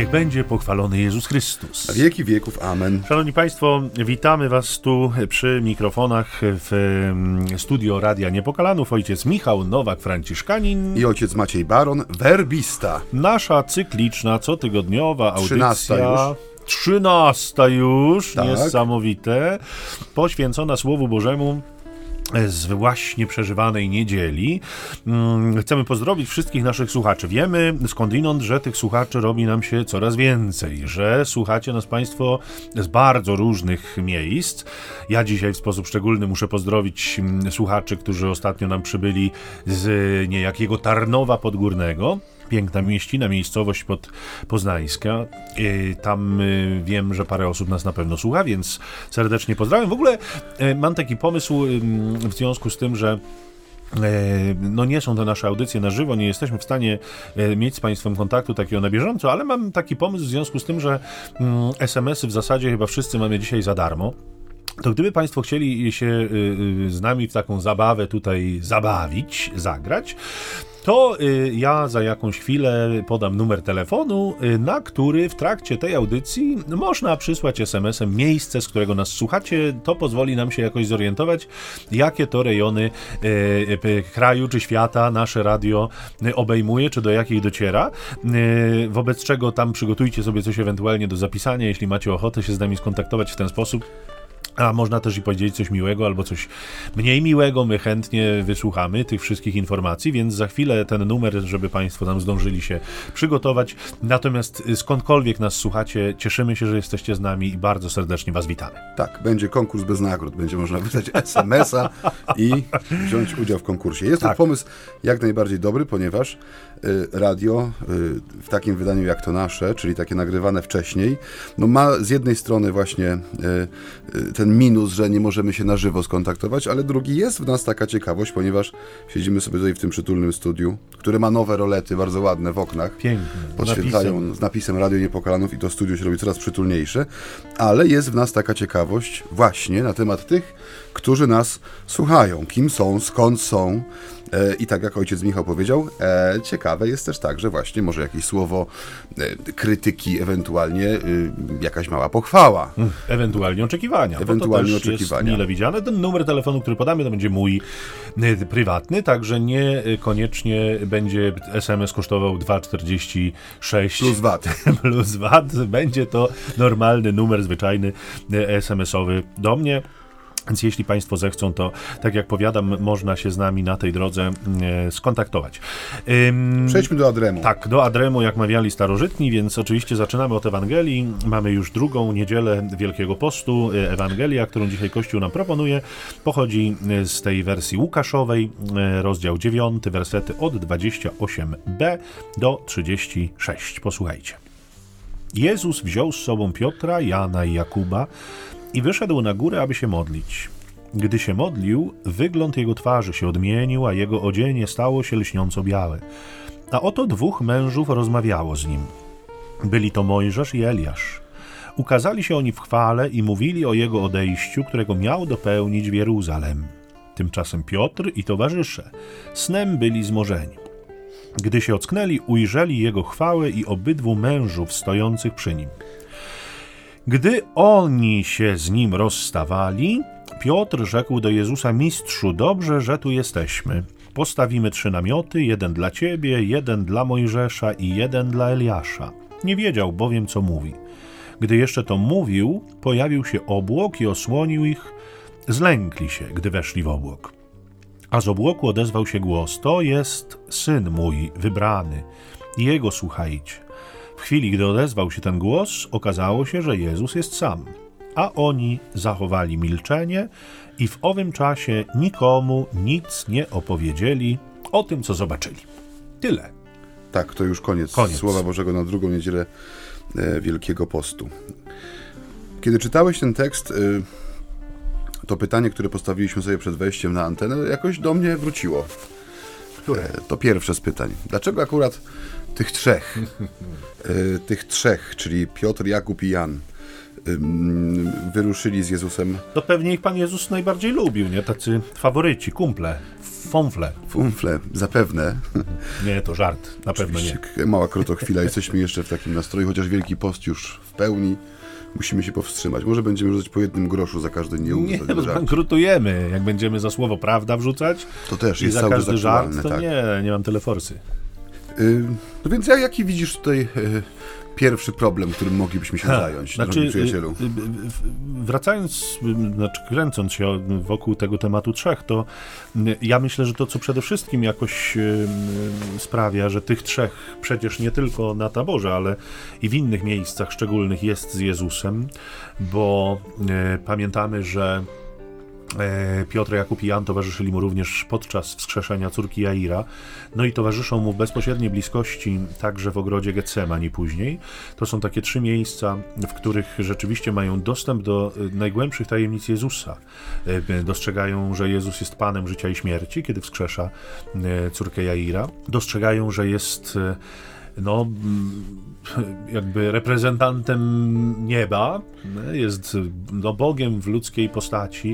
Niech będzie pochwalony Jezus Chrystus. Na wieki wieków. Amen. Szanowni Państwo, witamy Was tu przy mikrofonach w studio Radia Niepokalanów. Ojciec Michał Nowak-Franciszkanin i ojciec Maciej Baron, werbista. Nasza cykliczna, cotygodniowa audycja. 13 już, tak. Niesamowite, poświęcona Słowu Bożemu z właśnie przeżywanej niedzieli. Chcemy pozdrowić wszystkich naszych słuchaczy. Wiemy skądinąd, że tych słuchaczy robi nam się coraz więcej, że słuchacie nas Państwo z bardzo różnych miejsc. Ja dzisiaj w sposób szczególny muszę pozdrowić słuchaczy, którzy ostatnio nam przybyli z niejakiego Tarnowa Podgórnego. Piękna mieścina, miejscowość poznańska. Tam wiem, że parę osób nas na pewno słucha, więc serdecznie pozdrawiam. W ogóle mam taki pomysł w związku z tym, że nie są to nasze audycje na żywo, nie jesteśmy w stanie mieć z Państwem kontaktu takiego na bieżąco, ale mam taki pomysł w związku z tym, że SMS-y w zasadzie chyba wszyscy mamy dzisiaj za darmo. To gdyby Państwo chcieli się z nami w taką zabawę tutaj zabawić, zagrać, to ja za jakąś chwilę podam numer telefonu, na który w trakcie tej audycji można przysłać SMS-em miejsce, z którego nas słuchacie. To pozwoli nam się jakoś zorientować, jakie to rejony kraju czy świata nasze radio obejmuje, czy do jakich dociera. Wobec czego tam przygotujcie sobie coś ewentualnie do zapisania, jeśli macie ochotę się z nami skontaktować w ten sposób. A można też i powiedzieć coś miłego albo coś mniej miłego. My chętnie wysłuchamy tych wszystkich informacji, więc za chwilę ten numer, żeby Państwo tam zdążyli się przygotować. Natomiast skądkolwiek nas słuchacie, cieszymy się, że jesteście z nami i bardzo serdecznie Was witamy. Tak, będzie konkurs bez nagród. Będzie można wydać SMS-a i wziąć udział w konkursie. Jest to pomysł jak najbardziej dobry, ponieważ radio w takim wydaniu jak to nasze, czyli takie nagrywane wcześniej, ma z jednej strony właśnie ten minus, że nie możemy się na żywo skontaktować, ale drugi jest w nas taka ciekawość, ponieważ siedzimy sobie tutaj w tym przytulnym studiu, które ma nowe rolety, bardzo ładne w oknach. Piękne. Podświetlają z napisem Radio Niepokalanów i to studio się robi coraz przytulniejsze, ale jest w nas taka ciekawość właśnie na temat tych, którzy nas słuchają, kim są, skąd są. I tak jak ojciec Michał powiedział, ciekawe jest też tak, że właśnie może jakieś słowo krytyki, ewentualnie jakaś mała pochwała. Ewentualnie oczekiwania. Ewentualnie bo to też oczekiwania. Jest mile widziane. Ten numer telefonu, który podamy, to będzie mój prywatny, także niekoniecznie będzie SMS kosztował 2,46 plus VAT. Plus VAT. Będzie to normalny numer zwyczajny SMS-owy do mnie. Więc jeśli Państwo zechcą, to tak jak powiadam, można się z nami na tej drodze skontaktować. Przejdźmy do Adremu. Tak, do Adremu, jak mawiali starożytni, więc oczywiście zaczynamy od Ewangelii. Mamy już drugą niedzielę Wielkiego Postu. Ewangelia, którą dzisiaj Kościół nam proponuje, pochodzi z tej wersji Łukaszowej, rozdział 9, wersety od 28b do 36. Posłuchajcie. Jezus wziął z sobą Piotra, Jana i Jakuba i wyszedł na górę, aby się modlić. Gdy się modlił, wygląd jego twarzy się odmienił, a jego odzienie stało się lśniąco białe. A oto dwóch mężów rozmawiało z nim. Byli to Mojżesz i Eliasz. Ukazali się oni w chwale i mówili o jego odejściu, którego miał dopełnić w Jeruzalem. Tymczasem Piotr i towarzysze snem byli zmorzeni. Gdy się ocknęli, ujrzeli jego chwałę i obydwu mężów stojących przy nim. Gdy oni się z nim rozstawali, Piotr rzekł do Jezusa: Mistrzu, dobrze, że tu jesteśmy. Postawimy 3 namioty, jeden dla ciebie, jeden dla Mojżesza i jeden dla Eliasza. Nie wiedział bowiem, co mówi. Gdy jeszcze to mówił, pojawił się obłok i osłonił ich. Zlękli się, gdy weszli w obłok. A z obłoku odezwał się głos: to jest Syn mój wybrany, Jego słuchajcie. W chwili, gdy odezwał się ten głos, okazało się, że Jezus jest sam. A oni zachowali milczenie i w owym czasie nikomu nic nie opowiedzieli o tym, co zobaczyli. Tyle. Tak, to już koniec Słowa Bożego na drugą niedzielę Wielkiego Postu. Kiedy czytałeś ten tekst, to pytanie, które postawiliśmy sobie przed wejściem na antenę, jakoś do mnie wróciło. To pierwsze z pytań. Dlaczego akurat tych trzech, czyli Piotr, Jakub i Jan, wyruszyli z Jezusem? To pewnie ich Pan Jezus najbardziej lubił, nie? Tacy faworyci, kumple. Fąfle. Fumfle, zapewne. Nie, to żart, na pewno nie. Mała krotochwila, jesteśmy jeszcze w takim nastroju, chociaż Wielki Post już w pełni. Musimy się powstrzymać. Może będziemy rzucać po 1 groszu za każdy Nie, bo zbankrutujemy. Jak będziemy za słowo prawda wrzucać, to też i jest za cały każdy czas żart, aktualne, to tak. nie mam tyle forsy. No więc jaki widzisz tutaj pierwszy problem, którym moglibyśmy się zająć, drogi przyjacielu? Wracając, kręcąc się wokół tego tematu 3, to ja myślę, że to, co przede wszystkim jakoś sprawia, że tych 3 przecież nie tylko na taborze, ale i w innych miejscach szczególnych jest z Jezusem, bo pamiętamy, że Piotr, Jakub i Jan towarzyszyli mu również podczas wskrzeszenia córki Jaira, no i towarzyszą mu w bezpośredniej bliskości także w ogrodzie Getsemani później. To są takie 3 miejsca, w których rzeczywiście mają dostęp do najgłębszych tajemnic Jezusa. Dostrzegają, że Jezus jest Panem życia i śmierci, kiedy wskrzesza córkę Jaira. Dostrzegają, że jest jakby reprezentantem nieba, jest Bogiem w ludzkiej postaci,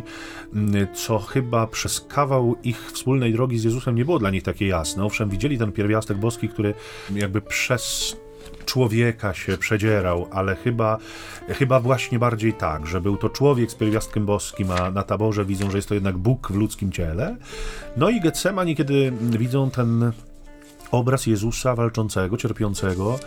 co chyba przez kawał ich wspólnej drogi z Jezusem nie było dla nich takie jasne. Owszem, widzieli ten pierwiastek boski, który jakby przez człowieka się przedzierał, ale chyba właśnie bardziej tak, że był to człowiek z pierwiastkiem boskim, a na taborze widzą, że jest to jednak Bóg w ludzkim ciele. No i Getsemani, kiedy widzą ten obraz Jezusa walczącego, cierpiącego,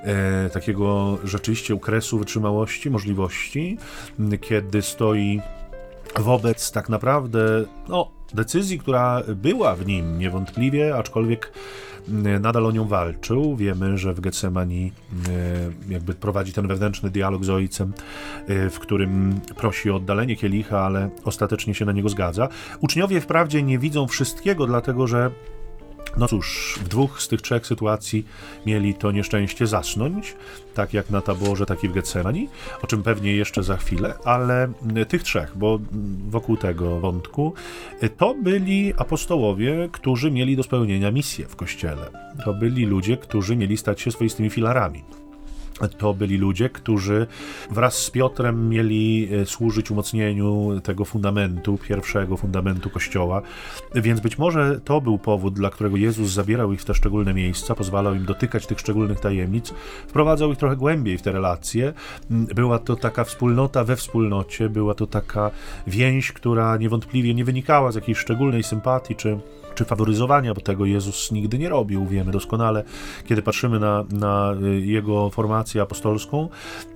takiego rzeczywiście u kresu wytrzymałości, możliwości, kiedy stoi wobec tak naprawdę decyzji, która była w nim niewątpliwie, aczkolwiek nadal o nią walczył. Wiemy, że w Getsemani jakby prowadzi ten wewnętrzny dialog z Ojcem, w którym prosi o oddalenie kielicha, ale ostatecznie się na niego zgadza. Uczniowie wprawdzie nie widzą wszystkiego, dlatego że no cóż, w 2 z tych 3 sytuacji mieli to nieszczęście zasnąć, tak jak na taborze, tak i w Getsemani, o czym pewnie jeszcze za chwilę, ale tych 3, bo wokół tego wątku, to byli apostołowie, którzy mieli do spełnienia misję w Kościele. To byli ludzie, którzy mieli stać się swoistymi filarami. To byli ludzie, którzy wraz z Piotrem mieli służyć umocnieniu tego fundamentu, pierwszego fundamentu Kościoła, więc być może to był powód, dla którego Jezus zabierał ich w te szczególne miejsca, pozwalał im dotykać tych szczególnych tajemnic, wprowadzał ich trochę głębiej w te relacje. Była to taka wspólnota we wspólnocie, była to taka więź, która niewątpliwie nie wynikała z jakiejś szczególnej sympatii czy faworyzowania, bo tego Jezus nigdy nie robił, wiemy doskonale. Kiedy patrzymy na jego formację apostolską,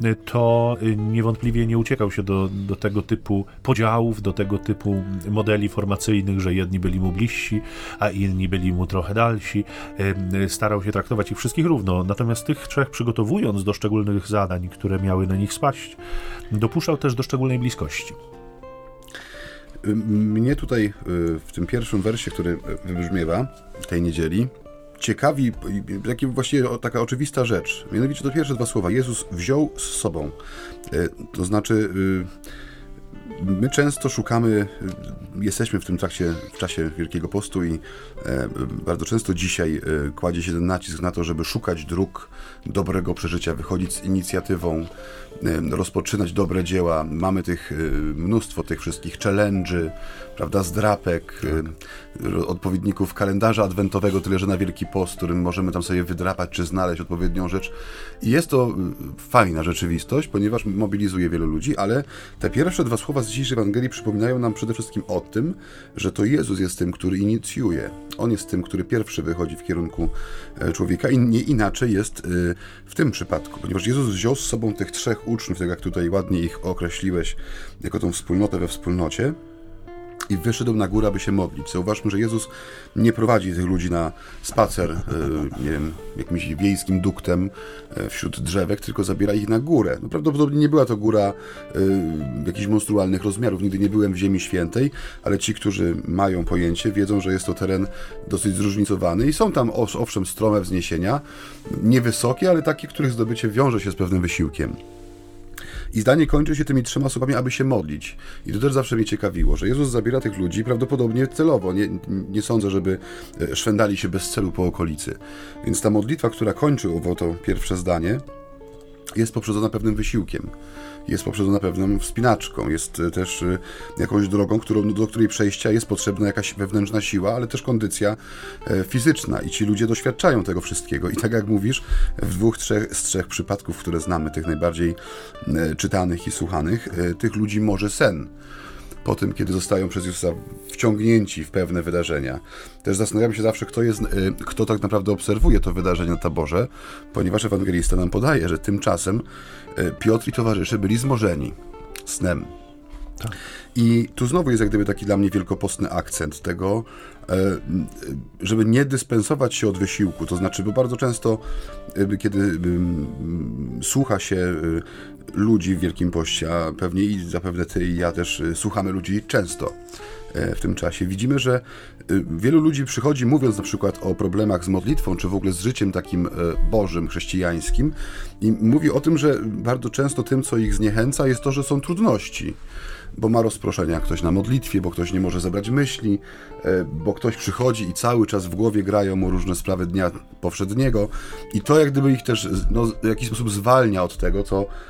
to niewątpliwie nie uciekał się do tego typu podziałów, do tego typu modeli formacyjnych, że jedni byli mu bliżsi, a inni byli mu trochę dalsi. Starał się traktować ich wszystkich równo. Natomiast tych 3, przygotowując do szczególnych zadań, które miały na nich spaść, dopuszczał też do szczególnej bliskości. Mnie tutaj w tym pierwszym wersie, który wybrzmiewa tej niedzieli, ciekawi właściwie taka oczywista rzecz. Mianowicie to pierwsze 2 słowa. Jezus wziął z sobą. To znaczy my często szukamy, jesteśmy w tym trakcie, w czasie Wielkiego Postu i bardzo często dzisiaj kładzie się ten nacisk na to, żeby szukać dróg dobrego przeżycia, wychodzić z inicjatywą, rozpoczynać dobre dzieła. Mamy mnóstwo tych wszystkich challenge'y, prawda, zdrapek, odpowiedników kalendarza adwentowego, tyle że na Wielki Post, którym możemy tam sobie wydrapać czy znaleźć odpowiednią rzecz. I jest to fajna rzeczywistość, ponieważ mobilizuje wielu ludzi, ale te pierwsze 2 słowa z dzisiejszej Ewangelii przypominają nam przede wszystkim o tym, że to Jezus jest tym, który inicjuje. On jest tym, który pierwszy wychodzi w kierunku człowieka i nie inaczej jest w tym przypadku, ponieważ Jezus wziął z sobą tych 3 uczniów, tak jak tutaj ładnie ich określiłeś, jako tą wspólnotę we wspólnocie, i wyszedł na górę, aby się modlić. Zauważmy, że Jezus nie prowadzi tych ludzi na spacer, nie wiem, jakimś wiejskim duktem wśród drzewek, tylko zabiera ich na górę. No, prawdopodobnie nie była to góra jakichś monstrualnych rozmiarów. Nigdy nie byłem w Ziemi Świętej, ale ci, którzy mają pojęcie, wiedzą, że jest to teren dosyć zróżnicowany i są tam owszem strome wzniesienia, niewysokie, ale takie, których zdobycie wiąże się z pewnym wysiłkiem. I zdanie kończy się tymi 3 słowami, aby się modlić. I to też zawsze mnie ciekawiło, że Jezus zabiera tych ludzi prawdopodobnie celowo. Nie sądzę, żeby szwendali się bez celu po okolicy. Więc ta modlitwa, która kończy owo to pierwsze zdanie, jest poprzedzona pewnym wysiłkiem, jest poprzedzona pewną wspinaczką, jest też jakąś drogą, do której przejścia jest potrzebna jakaś wewnętrzna siła, ale też kondycja fizyczna i ci ludzie doświadczają tego wszystkiego i tak jak mówisz, w 2 z 3 przypadków, które znamy, tych najbardziej czytanych i słuchanych, tych ludzi może sen po tym, kiedy zostają przez Jezusa wciągnięci w pewne wydarzenia. Też zastanawiam się zawsze, kto tak naprawdę obserwuje to wydarzenie na taborze, ponieważ ewangelista nam podaje, że tymczasem Piotr i towarzysze byli zmorzeni snem. Tak. I tu znowu jest jak gdyby taki dla mnie wielkopostny akcent tego, żeby nie dyspensować się od wysiłku. To znaczy, bo bardzo często, kiedy słucha się ludzi w Wielkim Poście, a pewnie i zapewne ty i ja też słuchamy ludzi często w tym czasie, widzimy, że wielu ludzi przychodzi, mówiąc na przykład o problemach z modlitwą, czy w ogóle z życiem takim bożym, chrześcijańskim, i mówi o tym, że bardzo często tym, co ich zniechęca, jest to, że są trudności, bo ma rozproszenia ktoś na modlitwie, bo ktoś nie może zebrać myśli, bo ktoś przychodzi i cały czas w głowie grają mu różne sprawy dnia powszedniego i to jak gdyby ich też w jakiś sposób zwalnia od tego,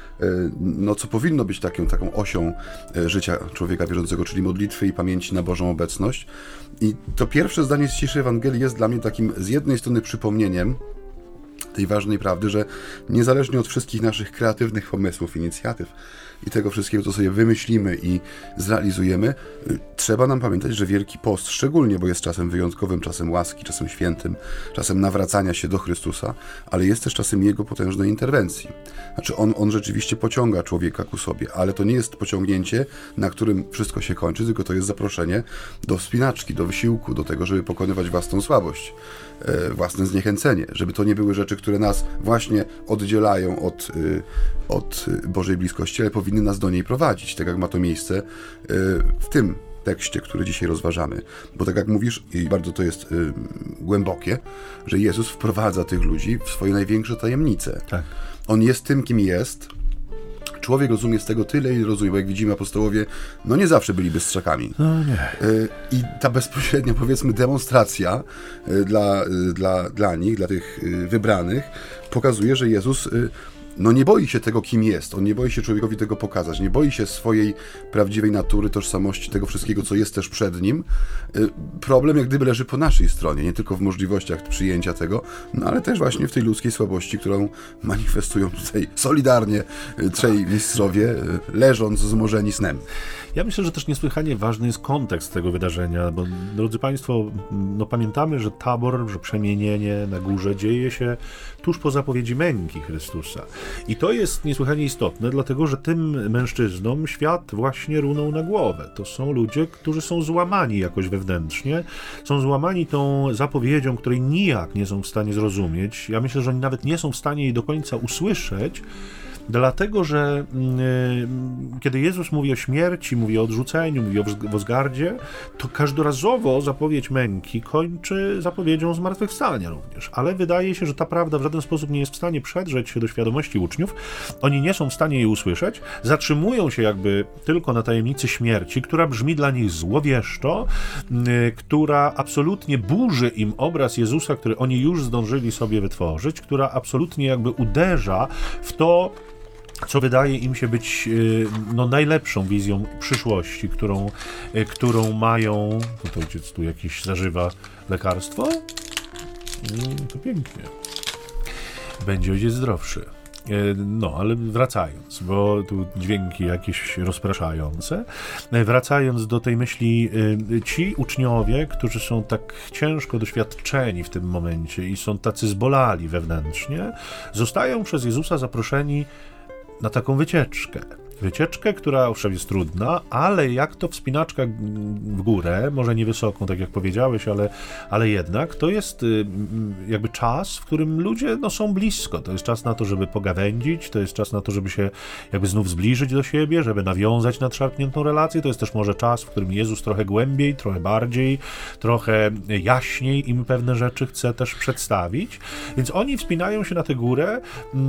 co powinno być taką osią życia człowieka wierzącego, czyli modlitwy i pamięci na Bożą obecność. I to pierwsze zdanie z dzisiejszej Ewangelii jest dla mnie takim z jednej strony przypomnieniem tej ważnej prawdy, że niezależnie od wszystkich naszych kreatywnych pomysłów, inicjatyw i tego wszystkiego, co sobie wymyślimy i zrealizujemy, trzeba nam pamiętać, że Wielki Post, szczególnie, bo jest czasem wyjątkowym, czasem łaski, czasem świętym, czasem nawracania się do Chrystusa, ale jest też czasem Jego potężnej interwencji. Znaczy on rzeczywiście pociąga człowieka ku sobie, ale to nie jest pociągnięcie, na którym wszystko się kończy, tylko to jest zaproszenie do wspinaczki, do wysiłku, do tego, żeby pokonywać własną słabość, własne zniechęcenie, żeby to nie były rzeczy, które nas właśnie oddzielają od Bożej bliskości, ale powinny nas do niej prowadzić, tak jak ma to miejsce w tym tekście, który dzisiaj rozważamy. Bo tak jak mówisz, i bardzo to jest głębokie, że Jezus wprowadza tych ludzi w swoje największe tajemnice. Tak. On jest tym, kim jest. Człowiek rozumie z tego tyle, ile rozumie, bo jak widzimy, apostołowie nie zawsze byli bystrzakami. No nie. I ta bezpośrednia, powiedzmy, demonstracja dla nich, dla tych wybranych, pokazuje, że Jezus nie boi się tego, kim jest. On nie boi się człowiekowi tego pokazać. Nie boi się swojej prawdziwej natury, tożsamości, tego wszystkiego, co jest też przed nim. Problem jak gdyby leży po naszej stronie, nie tylko w możliwościach przyjęcia tego, ale też właśnie w tej ludzkiej słabości, którą manifestują tutaj solidarnie trzej mistrzowie, leżąc zmorzeni snem. Ja myślę, że też niesłychanie ważny jest kontekst tego wydarzenia, bo drodzy Państwo, pamiętamy, że tabor, że przemienienie na górze dzieje się tuż po zapowiedzi męki Chrystusa. I to jest niesłychanie istotne, dlatego że tym mężczyznom świat właśnie runął na głowę. To są ludzie, którzy są złamani jakoś wewnętrznie, są złamani tą zapowiedzią, której nijak nie są w stanie zrozumieć. Ja myślę, że oni nawet nie są w stanie jej do końca usłyszeć, dlatego, że kiedy Jezus mówi o śmierci, mówi o odrzuceniu, mówi o wozgardzie, to każdorazowo zapowiedź męki kończy zapowiedzią zmartwychwstania również. Ale wydaje się, że ta prawda w żaden sposób nie jest w stanie przedrzeć się do świadomości uczniów. Oni nie są w stanie jej usłyszeć. Zatrzymują się jakby tylko na tajemnicy śmierci, która brzmi dla nich złowieszczo, która absolutnie burzy im obraz Jezusa, który oni już zdążyli sobie wytworzyć, która absolutnie jakby uderza w to, co wydaje im się być najlepszą wizją przyszłości, którą mają. To ojciec tu jakieś zażywa lekarstwo? To pięknie. Będzie ojciec zdrowszy. Ale wracając, bo tu dźwięki jakieś rozpraszające, wracając do tej myśli, ci uczniowie, którzy są tak ciężko doświadczeni w tym momencie i są tacy zbolali wewnętrznie, zostają przez Jezusa zaproszeni na taką wycieczkę. Wycieczkę, która owszem jest trudna, ale jak to wspinaczka w górę, może niewysoką, tak jak powiedziałeś, ale jednak to jest jakby czas, w którym ludzie są blisko. To jest czas na to, żeby pogawędzić, to jest czas na to, żeby się jakby znów zbliżyć do siebie, żeby nawiązać nadszarpniętą relację. To jest też może czas, w którym Jezus trochę głębiej, trochę bardziej, trochę jaśniej im pewne rzeczy chce też przedstawić. Więc oni wspinają się na tę górę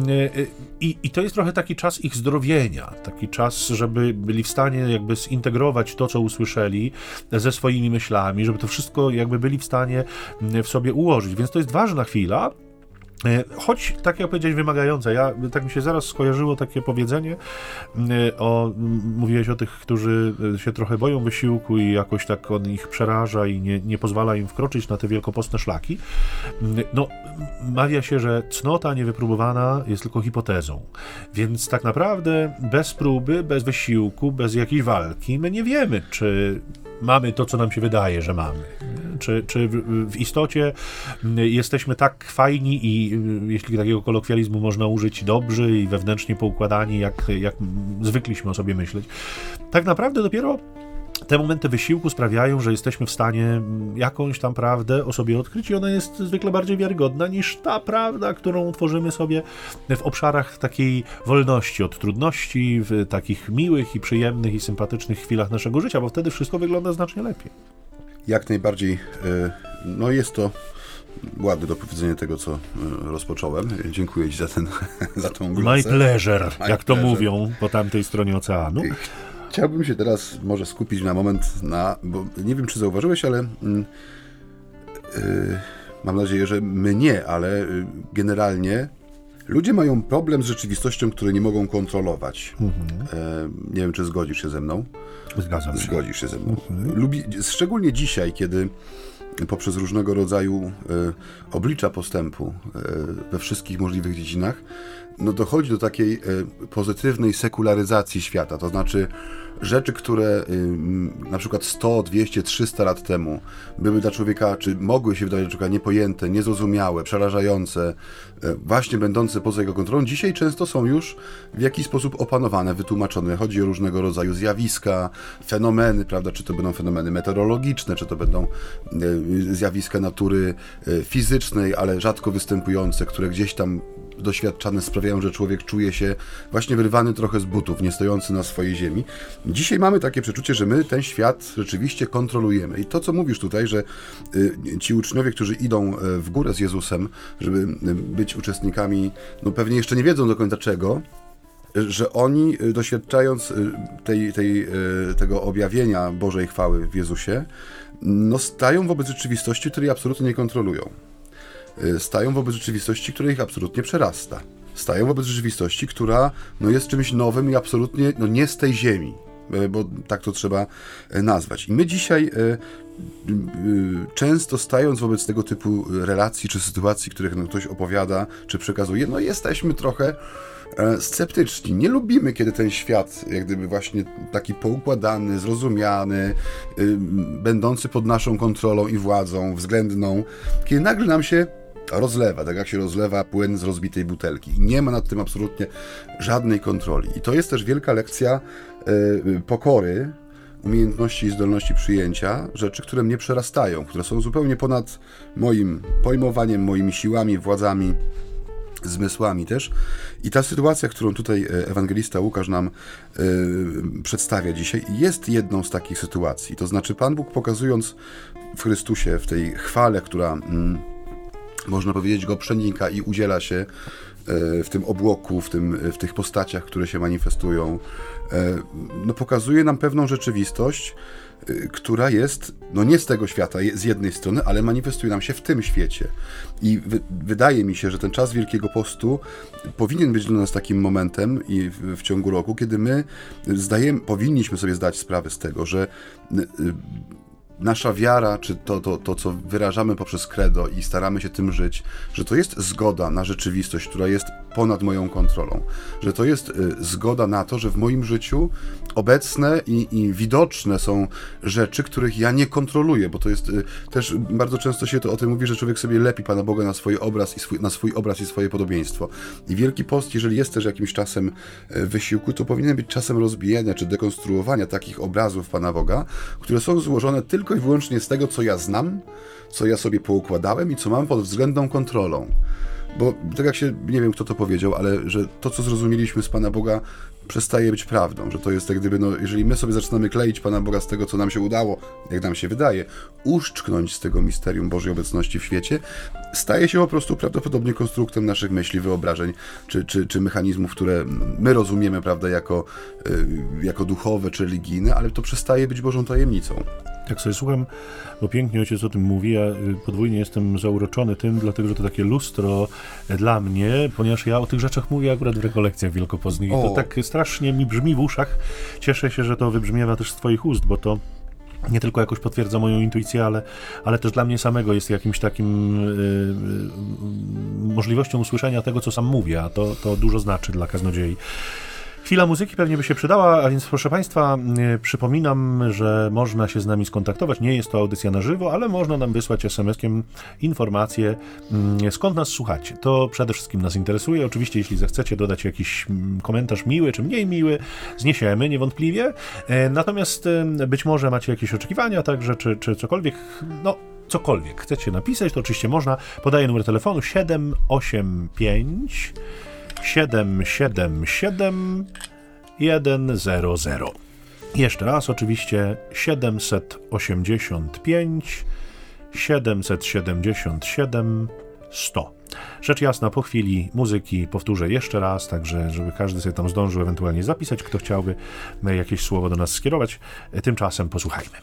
i to jest trochę taki czas ich zdrowienia, taki czas, żeby byli w stanie jakby zintegrować to, co usłyszeli ze swoimi myślami, żeby to wszystko jakby byli w stanie w sobie ułożyć. Więc to jest ważna chwila, Choć, tak jak powiedziałeś, wymagające. Tak mi się zaraz skojarzyło takie powiedzenie, mówiłeś o tych, którzy się trochę boją wysiłku i jakoś tak on ich przeraża i nie pozwala im wkroczyć na te wielkopostne szlaki. No, mawia się, że cnota niewypróbowana jest tylko hipotezą. Więc tak naprawdę bez próby, bez wysiłku, bez jakiejś walki, my nie wiemy, czy mamy to, co nam się wydaje, że mamy. Czy w istocie jesteśmy tak fajni i, jeśli takiego kolokwializmu można użyć, dobrzy i wewnętrznie poukładani, jak zwykliśmy o sobie myśleć. Tak naprawdę dopiero te momenty wysiłku sprawiają, że jesteśmy w stanie jakąś tam prawdę o sobie odkryć i ona jest zwykle bardziej wiarygodna niż ta prawda, którą tworzymy sobie w obszarach takiej wolności od trudności, w takich miłych i przyjemnych i sympatycznych chwilach naszego życia, bo wtedy wszystko wygląda znacznie lepiej. Jak najbardziej, no jest to ładne dopowiedzenie tego, co rozpocząłem. Dziękuję Ci za tą głosę. My pleasure, jak to mówią po tamtej stronie oceanu. Chciałbym się teraz może skupić na moment bo nie wiem, czy zauważyłeś, ale mam nadzieję, że my nie, ale generalnie ludzie mają problem z rzeczywistością, której nie mogą kontrolować. Nie wiem, czy zgodzisz się ze mną? Zgadzam się. Zgodzisz się ze mną. Szczególnie dzisiaj, kiedy poprzez różnego rodzaju oblicza postępu we wszystkich możliwych dziedzinach, no dochodzi do takiej pozytywnej sekularyzacji świata, to znaczy rzeczy, które na przykład 100, 200, 300 lat temu były dla człowieka, czy mogły się wydawać dla człowieka niepojęte, niezrozumiałe, przerażające, właśnie będące poza jego kontrolą, dzisiaj często są już w jakiś sposób opanowane, wytłumaczone. Chodzi o różnego rodzaju zjawiska, fenomeny, prawda, czy to będą fenomeny meteorologiczne, czy to będą zjawiska natury fizycznej, ale rzadko występujące, które gdzieś tam doświadczane sprawiają, że człowiek czuje się właśnie wyrwany trochę z butów, nie stojący na swojej ziemi. Dzisiaj mamy takie przeczucie, że my ten świat rzeczywiście kontrolujemy. I to, co mówisz tutaj, że ci uczniowie, którzy idą w górę z Jezusem, żeby być uczestnikami, no pewnie jeszcze nie wiedzą do końca czego, że oni doświadczając tego objawienia Bożej chwały w Jezusie, no stają wobec rzeczywistości, której absolutnie nie kontrolują. Stają wobec rzeczywistości, która ich absolutnie przerasta. Stają wobec rzeczywistości, która jest czymś nowym i absolutnie nie z tej ziemi, bo tak to trzeba nazwać. I my dzisiaj często stając wobec tego typu relacji czy sytuacji, których nam ktoś opowiada czy przekazuje, jesteśmy trochę sceptyczni. Nie lubimy, kiedy ten świat jak gdyby właśnie taki poukładany, zrozumiany, będący pod naszą kontrolą i władzą względną, kiedy nagle nam się rozlewa, tak jak się rozlewa płyn z rozbitej butelki. I nie ma nad tym absolutnie żadnej kontroli. I to jest też wielka lekcja pokory, umiejętności i zdolności przyjęcia rzeczy, które mnie przerastają, które są zupełnie ponad moim pojmowaniem, moimi siłami, władzami, zmysłami też. I ta sytuacja, którą tutaj ewangelista Łukasz nam przedstawia dzisiaj, jest jedną z takich sytuacji. To znaczy Pan Bóg, pokazując w Chrystusie, w tej chwale, która można powiedzieć go przenika i udziela się w tym obłoku, w tych postaciach, które się manifestują, pokazuje nam pewną rzeczywistość, która jest nie z tego świata z jednej strony, ale manifestuje nam się w tym świecie. I wydaje mi się, że ten czas Wielkiego Postu powinien być dla nas takim momentem i w ciągu roku, kiedy my powinniśmy sobie zdać sprawę z tego, że nasza wiara, czy to, co wyrażamy poprzez credo i staramy się tym żyć, że to jest zgoda na rzeczywistość, która jest ponad moją kontrolą. Że to jest zgoda na to, że w moim życiu obecne i widoczne są rzeczy, których ja nie kontroluję, bo to jest też bardzo często się to o tym mówi, że człowiek sobie lepi Pana Boga na swój obraz i swoje podobieństwo. I Wielki Post, jeżeli jest też jakimś czasem wysiłku, to powinien być czasem rozbijania czy dekonstruowania takich obrazów Pana Boga, które są złożone tylko i wyłącznie z tego, co ja znam, co ja sobie poukładałem i co mam pod względną kontrolą. Bo tak jak się, nie wiem kto to powiedział, ale że to, co zrozumieliśmy z Pana Boga, przestaje być prawdą, że to jest jak gdyby, jeżeli my sobie zaczynamy kleić Pana Boga z tego, co nam się udało, jak nam się wydaje, uszczknąć z tego misterium Bożej obecności w świecie, staje się po prostu prawdopodobnie konstruktem naszych myśli, wyobrażeń, czy mechanizmów, które my rozumiemy, prawda, jako duchowe czy religijne, ale to przestaje być Bożą tajemnicą. Jak sobie słucham, bo pięknie ojciec o tym mówi, ja podwójnie jestem zauroczony tym, dlatego, że to takie lustro dla mnie, ponieważ ja o tych rzeczach mówię akurat w rekolekcjach wielkopostnych i to tak strasznie mi brzmi w uszach. Cieszę się, że to wybrzmiewa też z twoich ust, bo to nie tylko jakoś potwierdza moją intuicję, ale też dla mnie samego jest jakimś takim możliwością usłyszenia tego, co sam mówię, a to dużo znaczy dla kaznodziei. Chwila muzyki pewnie by się przydała, a więc proszę Państwa, przypominam, że można się z nami skontaktować. Nie jest to audycja na żywo, ale można nam wysłać SMS-kiem informację, skąd nas słuchacie. To przede wszystkim nas interesuje. Oczywiście, jeśli zechcecie dodać jakiś komentarz miły czy mniej miły, zniesiemy niewątpliwie. Natomiast być może macie jakieś oczekiwania także, czy cokolwiek, cokolwiek chcecie napisać, to oczywiście można. Podaję numer telefonu 785 777 100. Jeszcze raz oczywiście 785 777 100. Rzecz jasna, po chwili muzyki powtórzę jeszcze raz, także żeby każdy sobie tam zdążył ewentualnie zapisać, kto chciałby jakieś słowo do nas skierować. Tymczasem posłuchajmy.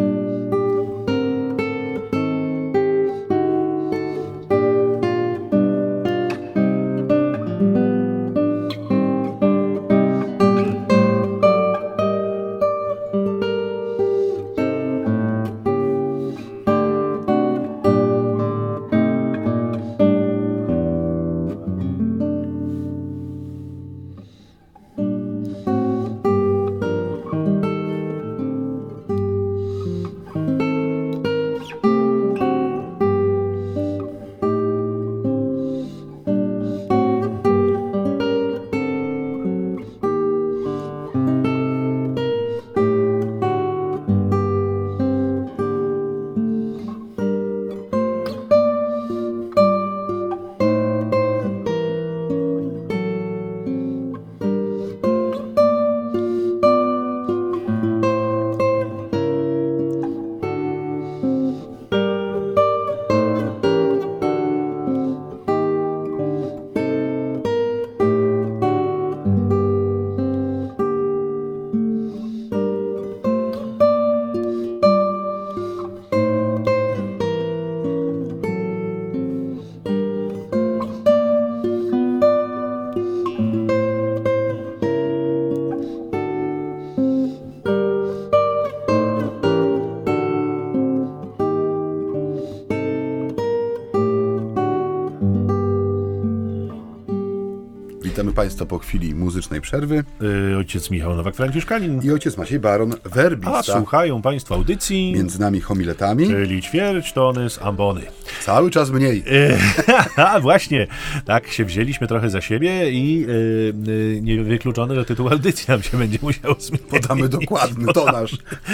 Witamy Państwa po chwili muzycznej przerwy. Ojciec Michał Nowak-Franciszkanin i ojciec Maciej Baron, werbista. A słuchają Państwo audycji Między nami homiletami, czyli ćwierć tony z ambony. Cały czas mniej. Właśnie, tak się wzięliśmy trochę za siebie i niewykluczone, że tytuł audycji nam się będzie musiał zmienić. Podamy dokładny tonaż.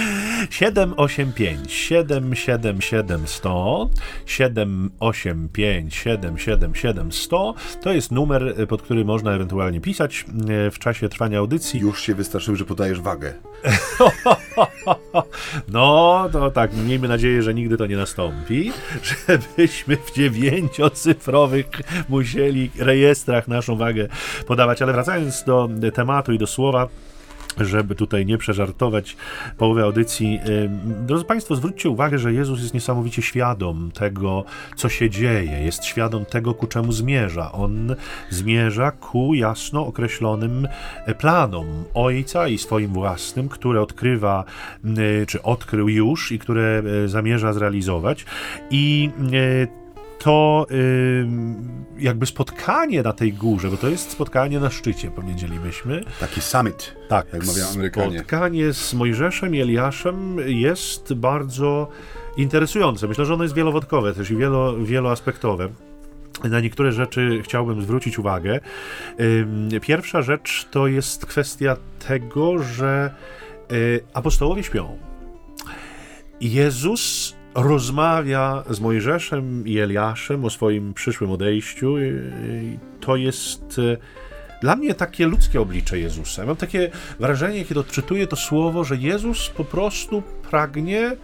785 777 100 785 777 100 to jest numer, pod który można ewentualnie pisać w czasie trwania audycji. Już się wystraszyłem, że podajesz wagę. No, to tak, miejmy nadzieję, że nigdy to nie nastąpi, żebyśmy w 9-cyfrowych musieli rejestrach naszą wagę podawać. Ale wracając do tematu i do słowa, żeby tutaj nie przeżartować połowy audycji. Drodzy Państwo, zwróćcie uwagę, że Jezus jest niesamowicie świadom tego, co się dzieje. Jest świadom tego, ku czemu zmierza. On zmierza ku jasno określonym planom Ojca i swoim własnym, które odkrywa, czy odkrył już i które zamierza zrealizować. I to jakby spotkanie na tej górze, bo to jest spotkanie na szczycie, powiedzielibyśmy. Taki summit, tak, jak mawiają Amerykanie. Spotkanie z Mojżeszem i Eliaszem jest bardzo interesujące. Myślę, że ono jest wielowątkowe też i wieloaspektowe. Na niektóre rzeczy chciałbym zwrócić uwagę. Pierwsza rzecz to jest kwestia tego, że apostołowie śpią. Jezus rozmawia z Mojżeszem i Eliaszem o swoim przyszłym odejściu. To jest dla mnie takie ludzkie oblicze Jezusa. Mam takie wrażenie, kiedy odczytuję to słowo, że Jezus po prostu pragnie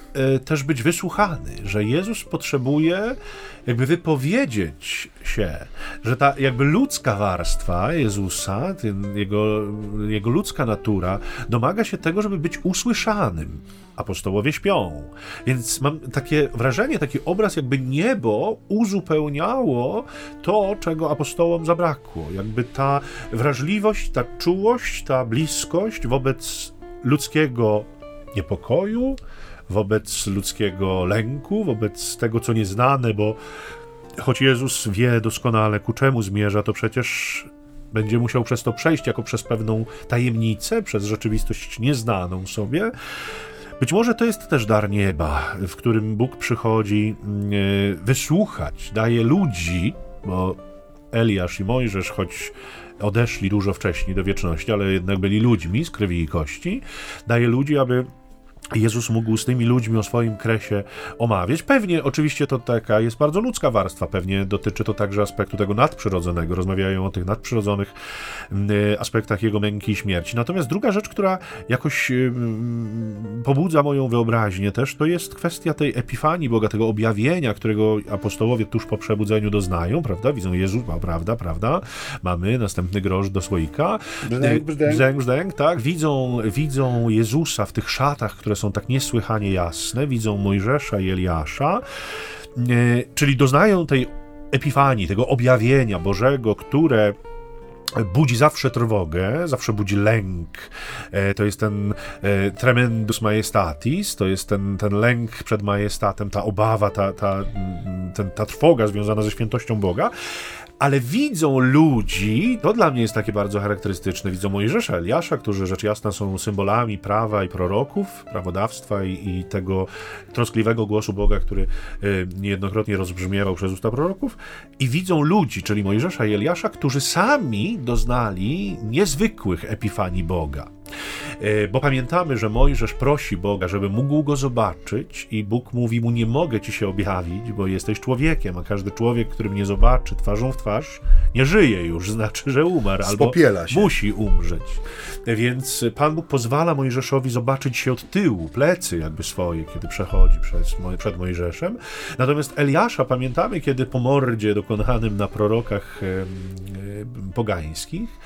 też być wysłuchany, że Jezus potrzebuje jakby wypowiedzieć się, że ta jakby ludzka warstwa Jezusa, jego ludzka natura domaga się tego, żeby być usłyszanym. Apostołowie śpią. Więc mam takie wrażenie, taki obraz, jakby niebo uzupełniało to, czego apostołom zabrakło. Jakby ta wrażliwość, ta czułość, ta bliskość wobec ludzkiego niepokoju, wobec ludzkiego lęku, wobec tego, co nieznane, bo choć Jezus wie doskonale, ku czemu zmierza, to przecież będzie musiał przez to przejść jako przez pewną tajemnicę, przez rzeczywistość nieznaną sobie. Być może to jest też dar nieba, w którym Bóg przychodzi wysłuchać, daje ludzi, bo Eliasz i Mojżesz, choć odeszli dużo wcześniej do wieczności, ale jednak byli ludźmi z krwi i kości, daje ludzi, aby Jezus mógł z tymi ludźmi o swoim kresie omawiać. Pewnie, oczywiście to taka jest bardzo ludzka warstwa, pewnie dotyczy to także aspektu tego nadprzyrodzonego. Rozmawiają o tych nadprzyrodzonych aspektach Jego męki i śmierci. Natomiast druga rzecz, która jakoś pobudza moją wyobraźnię też, to jest kwestia tej epifanii Boga, tego objawienia, którego apostołowie tuż po przebudzeniu doznają, prawda? Widzą Jezusa, prawda? Mamy następny grosz do słoika. Brzdęk, tak? Widzą Jezusa w tych szatach, które są tak niesłychanie jasne, widzą Mojżesza i Eliasza, czyli doznają tej epifanii, tego objawienia Bożego, które budzi zawsze trwogę, zawsze budzi lęk. To jest ten tremendus majestatis, to jest ten lęk przed majestatem, ta obawa, ta trwoga związana ze świętością Boga. Ale widzą ludzi, to dla mnie jest takie bardzo charakterystyczne, widzą Mojżesza, Eliasza, którzy rzecz jasna są symbolami prawa i proroków, prawodawstwa i tego troskliwego głosu Boga, który niejednokrotnie rozbrzmiewał przez usta proroków, i widzą ludzi, czyli Mojżesza i Eliasza, którzy sami doznali niezwykłych epifanii Boga. Bo pamiętamy, że Mojżesz prosi Boga, żeby mógł go zobaczyć, i Bóg mówi mu: nie mogę ci się objawić, bo jesteś człowiekiem, a każdy człowiek, który mnie zobaczy twarzą w twarz, nie żyje już, znaczy, że umarł, albo musi umrzeć. Więc Pan Bóg pozwala Mojżeszowi zobaczyć się od tyłu, plecy jakby swoje, kiedy przechodzi przed Mojżeszem. Natomiast Eliasza pamiętamy, kiedy po mordzie dokonanym na prorokach pogańskich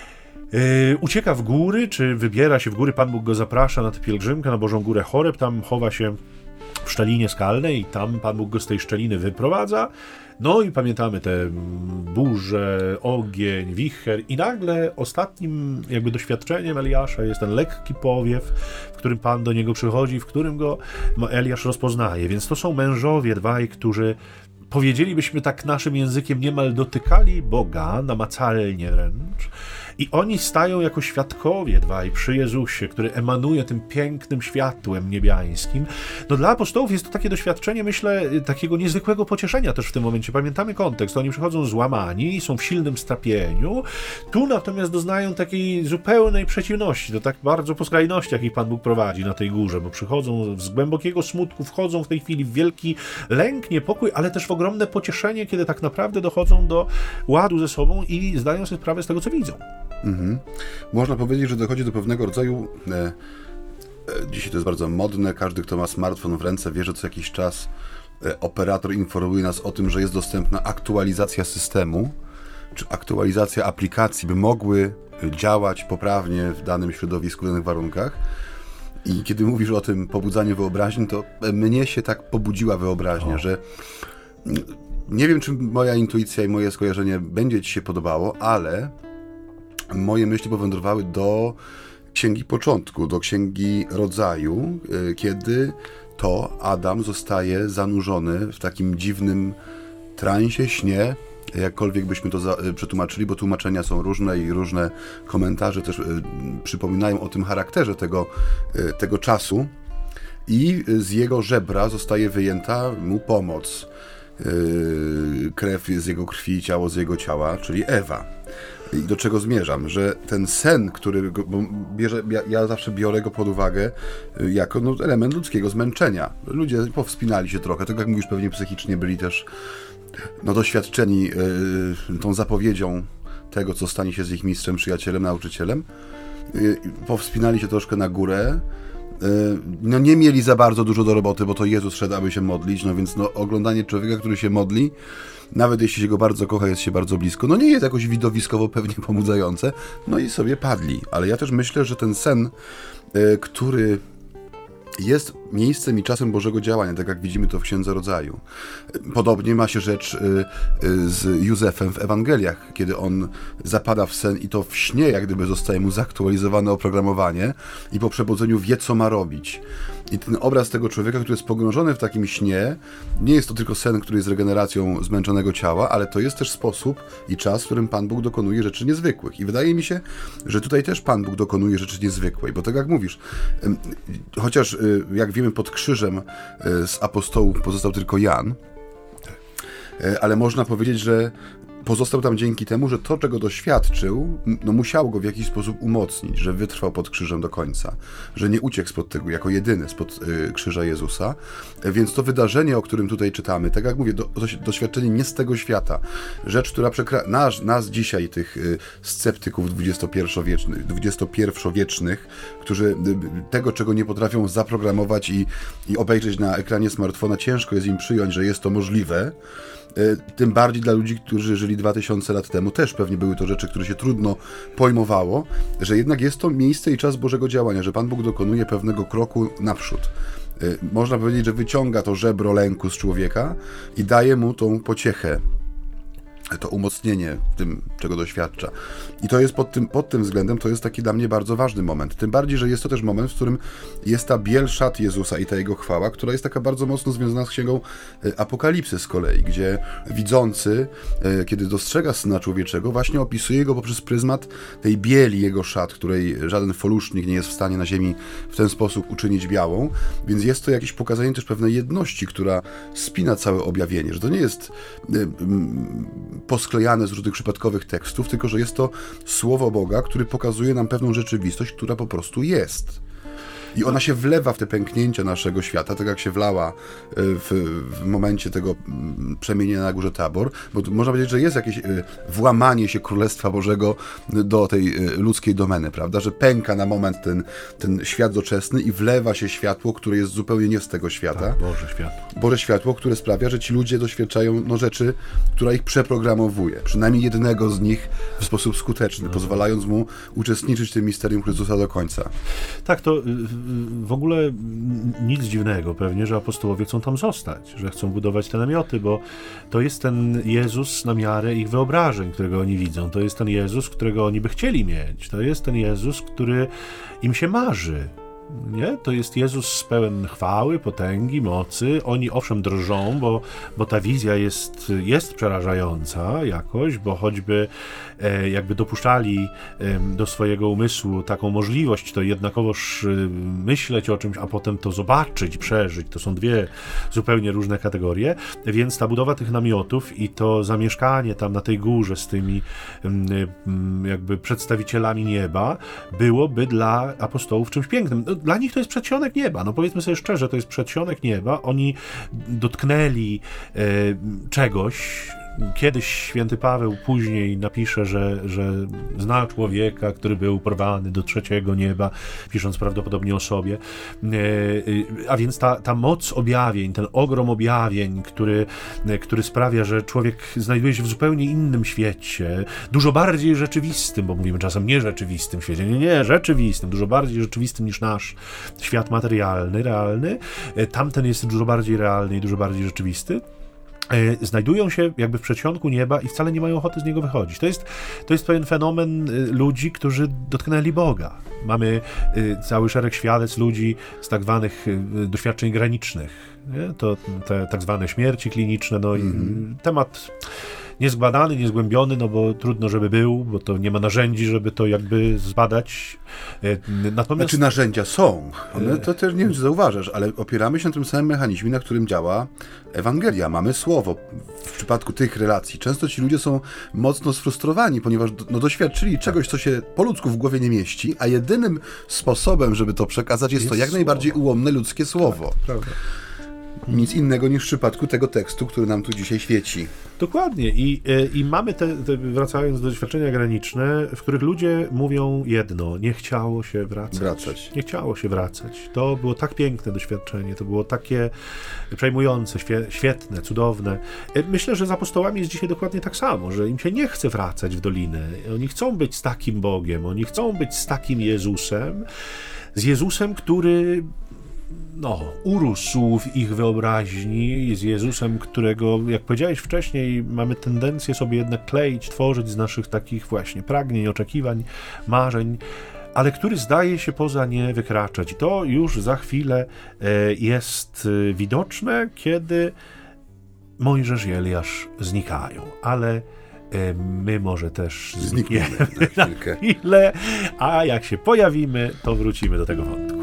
ucieka w góry, czy wybiera się w góry, Pan Bóg go zaprasza na tę pielgrzymkę, na Bożą Górę Choreb, tam chowa się w szczelinie skalnej i tam Pan Bóg go z tej szczeliny wyprowadza. No i pamiętamy te burze, ogień, wicher, i nagle ostatnim jakby doświadczeniem Eliasza jest ten lekki powiew, w którym Pan do niego przychodzi, w którym go Eliasz rozpoznaje. Więc to są mężowie dwaj, którzy, powiedzielibyśmy tak naszym językiem, niemal dotykali Boga, namacalnie wręcz. I oni stają jako świadkowie dwaj przy Jezusie, który emanuje tym pięknym światłem niebiańskim. No dla apostołów jest to takie doświadczenie, myślę, takiego niezwykłego pocieszenia też w tym momencie. Pamiętamy kontekst, oni przychodzą złamani, są w silnym strapieniu. Tu natomiast doznają takiej zupełnej przeciwności, to tak bardzo po skrajnościach ich Pan Bóg prowadzi na tej górze, bo przychodzą z głębokiego smutku, wchodzą w tej chwili w wielki lęk, niepokój, ale też w ogromne pocieszenie, kiedy tak naprawdę dochodzą do ładu ze sobą i zdają sobie sprawę z tego, co widzą. Mhm. Można powiedzieć, że dochodzi do pewnego rodzaju, dzisiaj to jest bardzo modne, każdy, kto ma smartfon w ręce, wie, że co jakiś czas operator informuje nas o tym, że jest dostępna aktualizacja systemu, czy aktualizacja aplikacji, by mogły działać poprawnie w danym środowisku, w danych warunkach. I kiedy mówisz o tym pobudzaniu wyobraźni, to mnie się tak pobudziła wyobraźnia, że nie wiem, czy moja intuicja i moje skojarzenie będzie ci się podobało, ale moje myśli powędrowały do Księgi Początku, do Księgi Rodzaju, kiedy to Adam zostaje zanurzony w takim dziwnym transie, śnie, jakkolwiek byśmy to przetłumaczyli, bo tłumaczenia są różne i różne komentarze też przypominają o tym charakterze tego czasu, i z jego żebra zostaje wyjęta mu pomoc. Krew z jego krwi, ciało z jego ciała, czyli Ewa. I do czego zmierzam? Że ten sen, który ja zawsze biorę go pod uwagę jako element ludzkiego zmęczenia. Ludzie powspinali się trochę, tak jak mówisz, pewnie psychicznie byli też doświadczeni tą zapowiedzią tego, co stanie się z ich mistrzem, przyjacielem, nauczycielem. Powspinali się troszkę na górę, no nie mieli za bardzo dużo do roboty, bo to Jezus szedł, aby się modlić, no więc no, oglądanie człowieka, który się modli, nawet jeśli się go bardzo kocha, jest się bardzo blisko, no nie jest jakoś widowiskowo pewnie pobudzające, no i sobie padli. Ale ja też myślę, że ten sen, który jest miejscem i czasem Bożego działania, tak jak widzimy to w Księdze Rodzaju. Podobnie ma się rzecz z Józefem w Ewangeliach, kiedy on zapada w sen i to w śnie jak gdyby zostaje mu zaktualizowane oprogramowanie i po przebudzeniu wie, co ma robić. I ten obraz tego człowieka, który jest pogrążony w takim śnie, nie jest to tylko sen, który jest regeneracją zmęczonego ciała, ale to jest też sposób i czas, w którym Pan Bóg dokonuje rzeczy niezwykłych. I wydaje mi się, że tutaj też Pan Bóg dokonuje rzeczy niezwykłej, bo tak jak mówisz, chociaż jak wiemy, pod krzyżem z apostołów pozostał tylko Jan, ale można powiedzieć, że pozostał tam dzięki temu, że to, czego doświadczył, no musiało go w jakiś sposób umocnić, że wytrwał pod krzyżem do końca, że nie uciekł spod tego jako jedyny spod krzyża Jezusa. Więc to wydarzenie, o którym tutaj czytamy, tak jak mówię, doświadczenie nie z tego świata. Rzecz, która nas dzisiaj, tych sceptyków XXI-wiecznych, którzy tego, czego nie potrafią zaprogramować i obejrzeć na ekranie smartfona, ciężko jest im przyjąć, że jest to możliwe. Tym bardziej dla ludzi, którzy żyli 2000 lat temu, też pewnie były to rzeczy, które się trudno pojmowało, że jednak jest to miejsce i czas Bożego działania, że Pan Bóg dokonuje pewnego kroku naprzód. Można powiedzieć, że wyciąga to żebro lęku z człowieka i daje mu tą pociechę, to umocnienie w tym, czego doświadcza. I to jest pod tym względem, to jest taki dla mnie bardzo ważny moment. Tym bardziej, że jest to też moment, w którym jest ta biel szat Jezusa i ta Jego chwała, która jest taka bardzo mocno związana z Księgą Apokalipsy z kolei, gdzie widzący, kiedy dostrzega Syna Człowieczego, właśnie opisuje Go poprzez pryzmat tej bieli Jego szat, której żaden folusznik nie jest w stanie na ziemi w ten sposób uczynić białą, więc jest to jakieś pokazanie też pewnej jedności, która spina całe objawienie, że to nie jest posklejane z różnych przypadkowych tekstów, tylko że jest to Słowo Boga, który pokazuje nam pewną rzeczywistość, która po prostu jest. I ona się wlewa w te pęknięcia naszego świata, tak jak się wlała w momencie tego przemienienia na Górze Tabor, bo można powiedzieć, że jest jakieś włamanie się Królestwa Bożego do tej ludzkiej domeny, prawda? Że pęka na moment ten świat doczesny i wlewa się światło, które jest zupełnie nie z tego świata. Tak, Boże światło. Boże światło, które sprawia, że ci ludzie doświadczają rzeczy, która ich przeprogramowuje. Przynajmniej jednego z nich w sposób skuteczny, pozwalając mu uczestniczyć w tym misterium Chrystusa do końca. Tak, to w ogóle nic dziwnego pewnie, że apostołowie chcą tam zostać, że chcą budować te namioty, bo to jest ten Jezus na miarę ich wyobrażeń, którego oni widzą. To jest ten Jezus, którego oni by chcieli mieć. To jest ten Jezus, który im się marzy. Nie? To jest Jezus pełen chwały, potęgi, mocy. Oni owszem drżą, bo ta wizja jest przerażająca jakoś, bo choćby jakby dopuszczali do swojego umysłu taką możliwość, to jednakowoż myśleć o czymś, a potem to zobaczyć, przeżyć. To są dwie zupełnie różne kategorie, więc ta budowa tych namiotów i to zamieszkanie tam na tej górze z tymi jakby przedstawicielami nieba byłoby dla apostołów czymś pięknym. Dla nich to jest przedsionek nieba. No powiedzmy sobie szczerze, to jest przedsionek nieba. Oni dotknęli czegoś. Kiedyś święty Paweł później napisze, że zna człowieka, który był porwany do trzeciego nieba, pisząc prawdopodobnie o sobie. A więc ta moc objawień, ten ogrom objawień, który sprawia, że człowiek znajduje się w zupełnie innym świecie, dużo bardziej rzeczywistym, bo mówimy czasem nierzeczywistym świecie, nie, rzeczywistym, dużo bardziej rzeczywistym niż nasz świat materialny, realny. Tamten jest dużo bardziej realny i dużo bardziej rzeczywisty. Znajdują się jakby w przedsionku nieba i wcale nie mają ochoty z niego wychodzić. To jest pewien fenomen ludzi, którzy dotknęli Boga. Mamy cały szereg świadectw ludzi z tak zwanych doświadczeń granicznych. Nie? To te tak zwane śmierci kliniczne, temat niezbadany, niezgłębiony, no bo trudno, żeby był, bo to nie ma narzędzi, żeby to jakby zbadać. Natomiast... Znaczy narzędzia są. One to też nie wiem, czy zauważasz, ale opieramy się na tym samym mechanizmie, na którym działa Ewangelia. Mamy słowo. W przypadku tych relacji często ci ludzie są mocno sfrustrowani, ponieważ doświadczyli czegoś, co się po ludzku w głowie nie mieści, a jedynym sposobem, żeby to przekazać, jest to jak najbardziej ułomne ludzkie słowo. Prawda. Nic innego niż w przypadku tego tekstu, który nam tu dzisiaj świeci. Dokładnie. I mamy wracając do doświadczenia graniczne, w których ludzie mówią jedno: nie chciało się wracać. Nie chciało się wracać. To było tak piękne doświadczenie, to było takie przejmujące, świetne, cudowne. Myślę, że z apostołami jest dzisiaj dokładnie tak samo, że im się nie chce wracać w dolinę. Oni chcą być z takim Bogiem, oni chcą być z takim Jezusem, z Jezusem, który urósł w ich wyobraźni, z Jezusem, którego, jak powiedziałeś wcześniej, mamy tendencję sobie jednak kleić, tworzyć z naszych takich właśnie pragnień, oczekiwań, marzeń, ale który zdaje się poza nie wykraczać. I to już za chwilę jest widoczne, kiedy Mojżesz i Eliasz znikają, ale my może też znikniemy na chwilę, a jak się pojawimy, to wrócimy do tego wątku.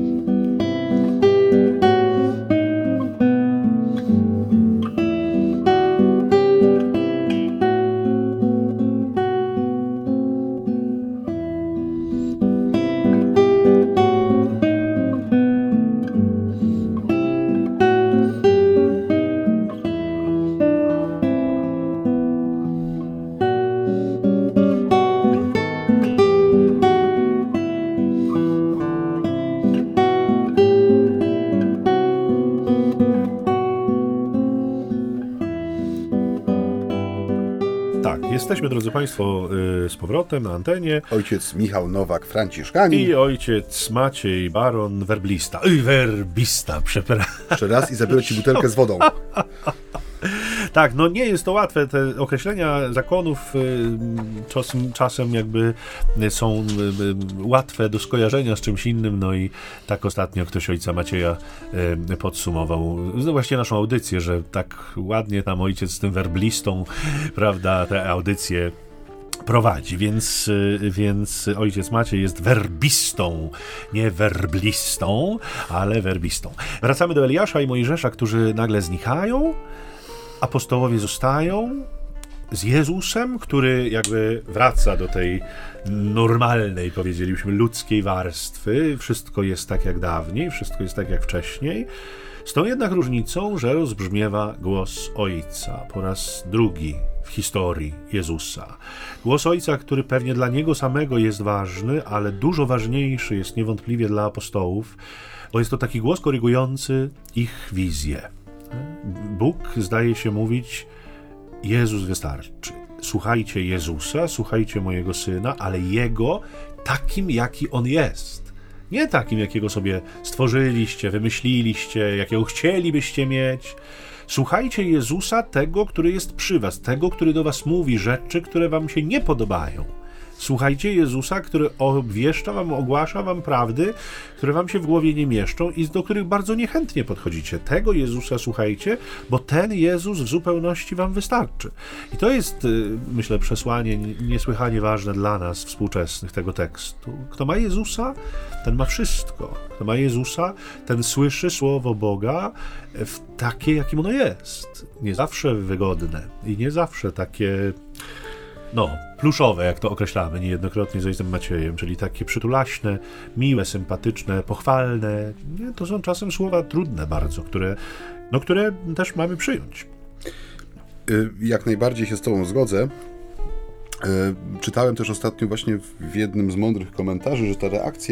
Jesteśmy, drodzy Państwo, z powrotem na antenie. Ojciec Michał Nowak, franciszkanin. I ojciec Maciej Baron, werblista. Werbista, przepraszam. Jeszcze raz i zabiorę Ci butelkę z wodą. Tak, nie jest to łatwe. Te określenia zakonów czasem jakby są łatwe do skojarzenia z czymś innym, i tak ostatnio ktoś ojca Macieja podsumował właśnie naszą audycję, że tak ładnie tam ojciec z tym werblistą, prawda, te audycje prowadzi, więc ojciec Maciej jest werbistą, nie werblistą, ale werbistą. Wracamy do Eliasza i Mojżesza, którzy nagle znikają. Apostołowie zostają z Jezusem, który jakby wraca do tej normalnej, powiedzielibyśmy, ludzkiej warstwy. Wszystko jest tak jak dawniej, wszystko jest tak jak wcześniej. Z tą jednak różnicą, że rozbrzmiewa głos Ojca po raz drugi w historii Jezusa. Głos Ojca, który pewnie dla Niego samego jest ważny, ale dużo ważniejszy jest niewątpliwie dla apostołów, bo jest to taki głos korygujący ich wizję. Bóg zdaje się mówić: Jezus wystarczy. Słuchajcie Jezusa, słuchajcie mojego Syna, ale Jego takim, jaki On jest. Nie takim, jakiego sobie stworzyliście, wymyśliliście, jakiego chcielibyście mieć. Słuchajcie Jezusa, tego, który jest przy was, tego, który do was mówi rzeczy, które wam się nie podobają. Słuchajcie Jezusa, który obwieszcza wam, ogłasza wam prawdy, które wam się w głowie nie mieszczą i do których bardzo niechętnie podchodzicie. Tego Jezusa słuchajcie, bo ten Jezus w zupełności wam wystarczy. I to jest, myślę, przesłanie niesłychanie ważne dla nas, współczesnych, tego tekstu. Kto ma Jezusa, ten ma wszystko. Kto ma Jezusa, ten słyszy słowo Boga w takie, jakim ono jest. Nie zawsze wygodne i nie zawsze takie pluszowe, jak to określamy niejednokrotnie z ojcem Maciejem, czyli takie przytulaśne, miłe, sympatyczne, pochwalne. To są czasem słowa trudne bardzo, które też mamy przyjąć. Jak najbardziej się z Tobą zgodzę. Czytałem też ostatnio właśnie w jednym z mądrych komentarzy, że ta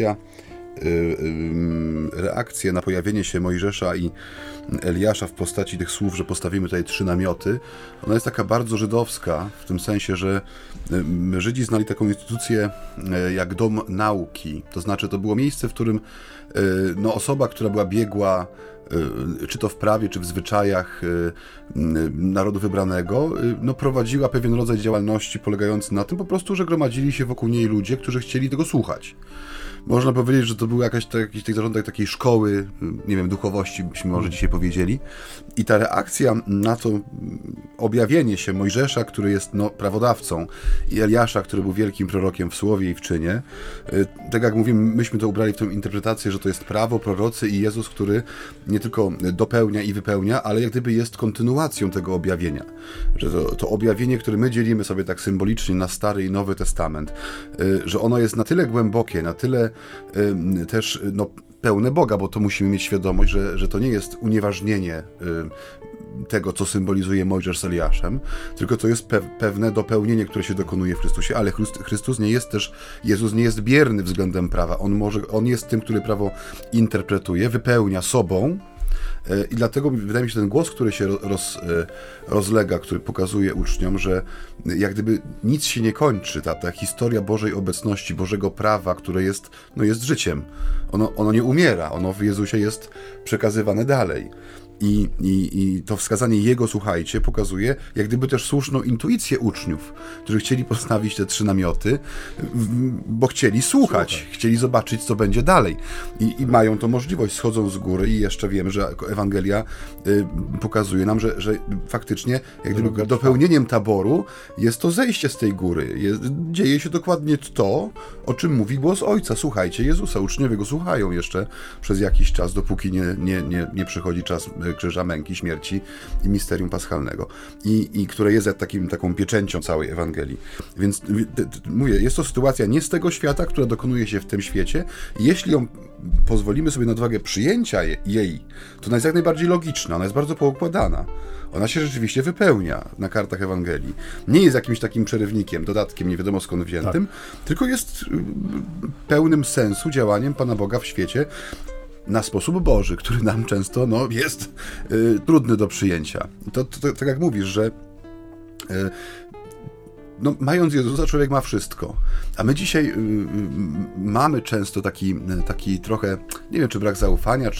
reakcja na pojawienie się Mojżesza i Eliasza w postaci tych słów, że postawimy tutaj 3 namioty, ona jest taka bardzo żydowska, w tym sensie, że Żydzi znali taką instytucję jak dom nauki. To znaczy, to było miejsce, w którym osoba, która była biegła, czy to w prawie, czy w zwyczajach narodu wybranego, prowadziła pewien rodzaj działalności polegający na tym po prostu, że gromadzili się wokół niej ludzie, którzy chcieli tego słuchać. Można powiedzieć, że to był jakiś zarządek takiej szkoły, nie wiem, duchowości, byśmy może dzisiaj powiedzieli. I ta reakcja na to objawienie się Mojżesza, który jest prawodawcą, i Eliasza, który był wielkim prorokiem w słowie i w czynie, tak jak mówimy, myśmy to ubrali w tę interpretację, że to jest prawo, prorocy i Jezus, który nie tylko dopełnia i wypełnia, ale jak gdyby jest kontynuacją tego objawienia. Że to objawienie, które my dzielimy sobie tak symbolicznie na Stary i Nowy Testament, że ono jest na tyle głębokie, na tyle też pełne Boga, bo to musimy mieć świadomość, że to nie jest unieważnienie tego, co symbolizuje Mojżesz z Eliaszem, tylko to jest pewne dopełnienie, które się dokonuje w Chrystusie, ale Chrystus nie jest też, Jezus nie jest bierny względem prawa. On jest tym, który prawo interpretuje, wypełnia sobą. I dlatego wydaje mi się ten głos, który się rozlega, który pokazuje uczniom, że jak gdyby nic się nie kończy, ta historia Bożej obecności, Bożego prawa, które jest życiem. Ono nie umiera, ono w Jezusie jest przekazywane dalej. I to wskazanie Jego słuchajcie pokazuje jak gdyby też słuszną intuicję uczniów, którzy chcieli postawić te 3 namioty, bo chcieli słuchać, chcieli zobaczyć, co będzie dalej. I mają tą możliwość, schodzą z góry i jeszcze wiemy, że Ewangelia pokazuje nam, że faktycznie jak gdyby dopełnieniem taboru jest to zejście z tej góry. Dzieje się dokładnie to, o czym mówi głos Ojca. Słuchajcie Jezusa, uczniowie Go słuchają jeszcze przez jakiś czas, dopóki nie przychodzi czas krzyża, męki, śmierci i misterium paschalnego. I które jest taką pieczęcią całej Ewangelii. Więc mówię, jest to sytuacja nie z tego świata, która dokonuje się w tym świecie. Jeśli ją pozwolimy sobie na odwagę przyjęcia jej, to ona jest jak najbardziej logiczna, ona jest bardzo poukładana. Ona się rzeczywiście wypełnia na kartach Ewangelii. Nie jest jakimś takim przerywnikiem, dodatkiem, nie wiadomo skąd wziętym, tylko jest pełnym sensu działaniem Pana Boga w świecie, na sposób Boży, który nam często jest trudny do przyjęcia. To tak jak mówisz, że mając Jezusa, człowiek ma wszystko. A my dzisiaj mamy często taki trochę, nie wiem, czy brak zaufania,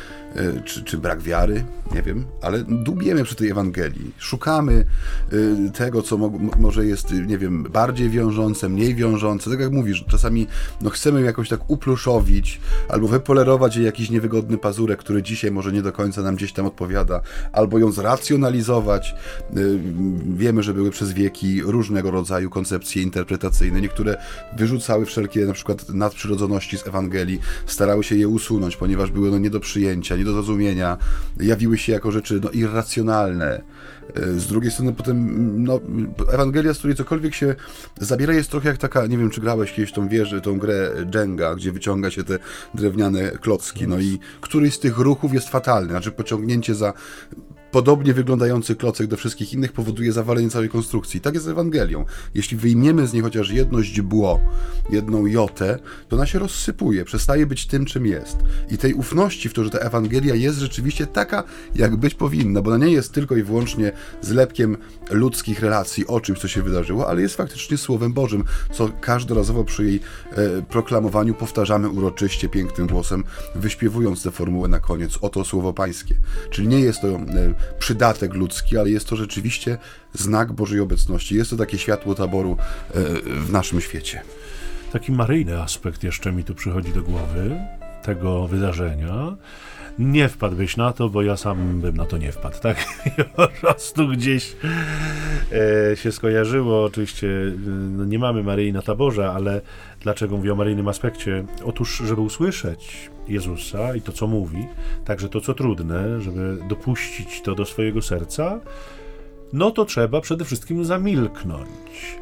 czy brak wiary, nie wiem, ale dłubiemy przy tej Ewangelii. Szukamy tego, co może jest, nie wiem, bardziej wiążące, mniej wiążące. Tak jak mówisz, czasami chcemy ją jakoś tak upluszowić, albo wypolerować jej jakiś niewygodny pazurek, który dzisiaj może nie do końca nam gdzieś tam odpowiada, albo ją zracjonalizować. Wiemy, że były przez wieki różnego rodzaju koncepcje interpretacyjne. Niektóre wyrzucały wszelkie na przykład nadprzyrodzoności z Ewangelii, starały się je usunąć, ponieważ były nie do przyjęcia, nie do zrozumienia, jawiły się jako rzeczy irracjonalne. Z drugiej strony potem Ewangelia, z której cokolwiek się zabiera, jest trochę jak taka, nie wiem, czy grałeś kiedyś tą grę Jenga, gdzie wyciąga się te drewniane klocki, i któryś z tych ruchów jest fatalny, znaczy pociągnięcie za podobnie wyglądający klocek do wszystkich innych powoduje zawalenie całej konstrukcji. Tak jest z Ewangelią. Jeśli wyjmiemy z niej chociaż jedno źdźbło, jedną jotę, to ona się rozsypuje, przestaje być tym, czym jest. I tej ufności w to, że ta Ewangelia jest rzeczywiście taka, jak być powinna, bo ona nie jest tylko i wyłącznie zlepkiem ludzkich relacji o czymś, co się wydarzyło, ale jest faktycznie Słowem Bożym, co każdorazowo przy jej proklamowaniu powtarzamy uroczyście, pięknym głosem, wyśpiewując tę formułę na koniec. Oto Słowo Pańskie. Czyli nie jest to przydatek ludzki, ale jest to rzeczywiście znak Bożej obecności. Jest to takie światło taboru w naszym świecie. Taki maryjny aspekt jeszcze mi tu przychodzi do głowy tego wydarzenia. Nie wpadłbyś na to, bo ja sam bym na to nie wpadł, tak? Po prostu gdzieś się skojarzyło. Oczywiście nie mamy Maryi na taborze, ale dlaczego mówię o maryjnym aspekcie? Otóż, żeby usłyszeć Jezusa i to, co mówi, także to, co trudne, żeby dopuścić to do swojego serca, to trzeba przede wszystkim zamilknąć.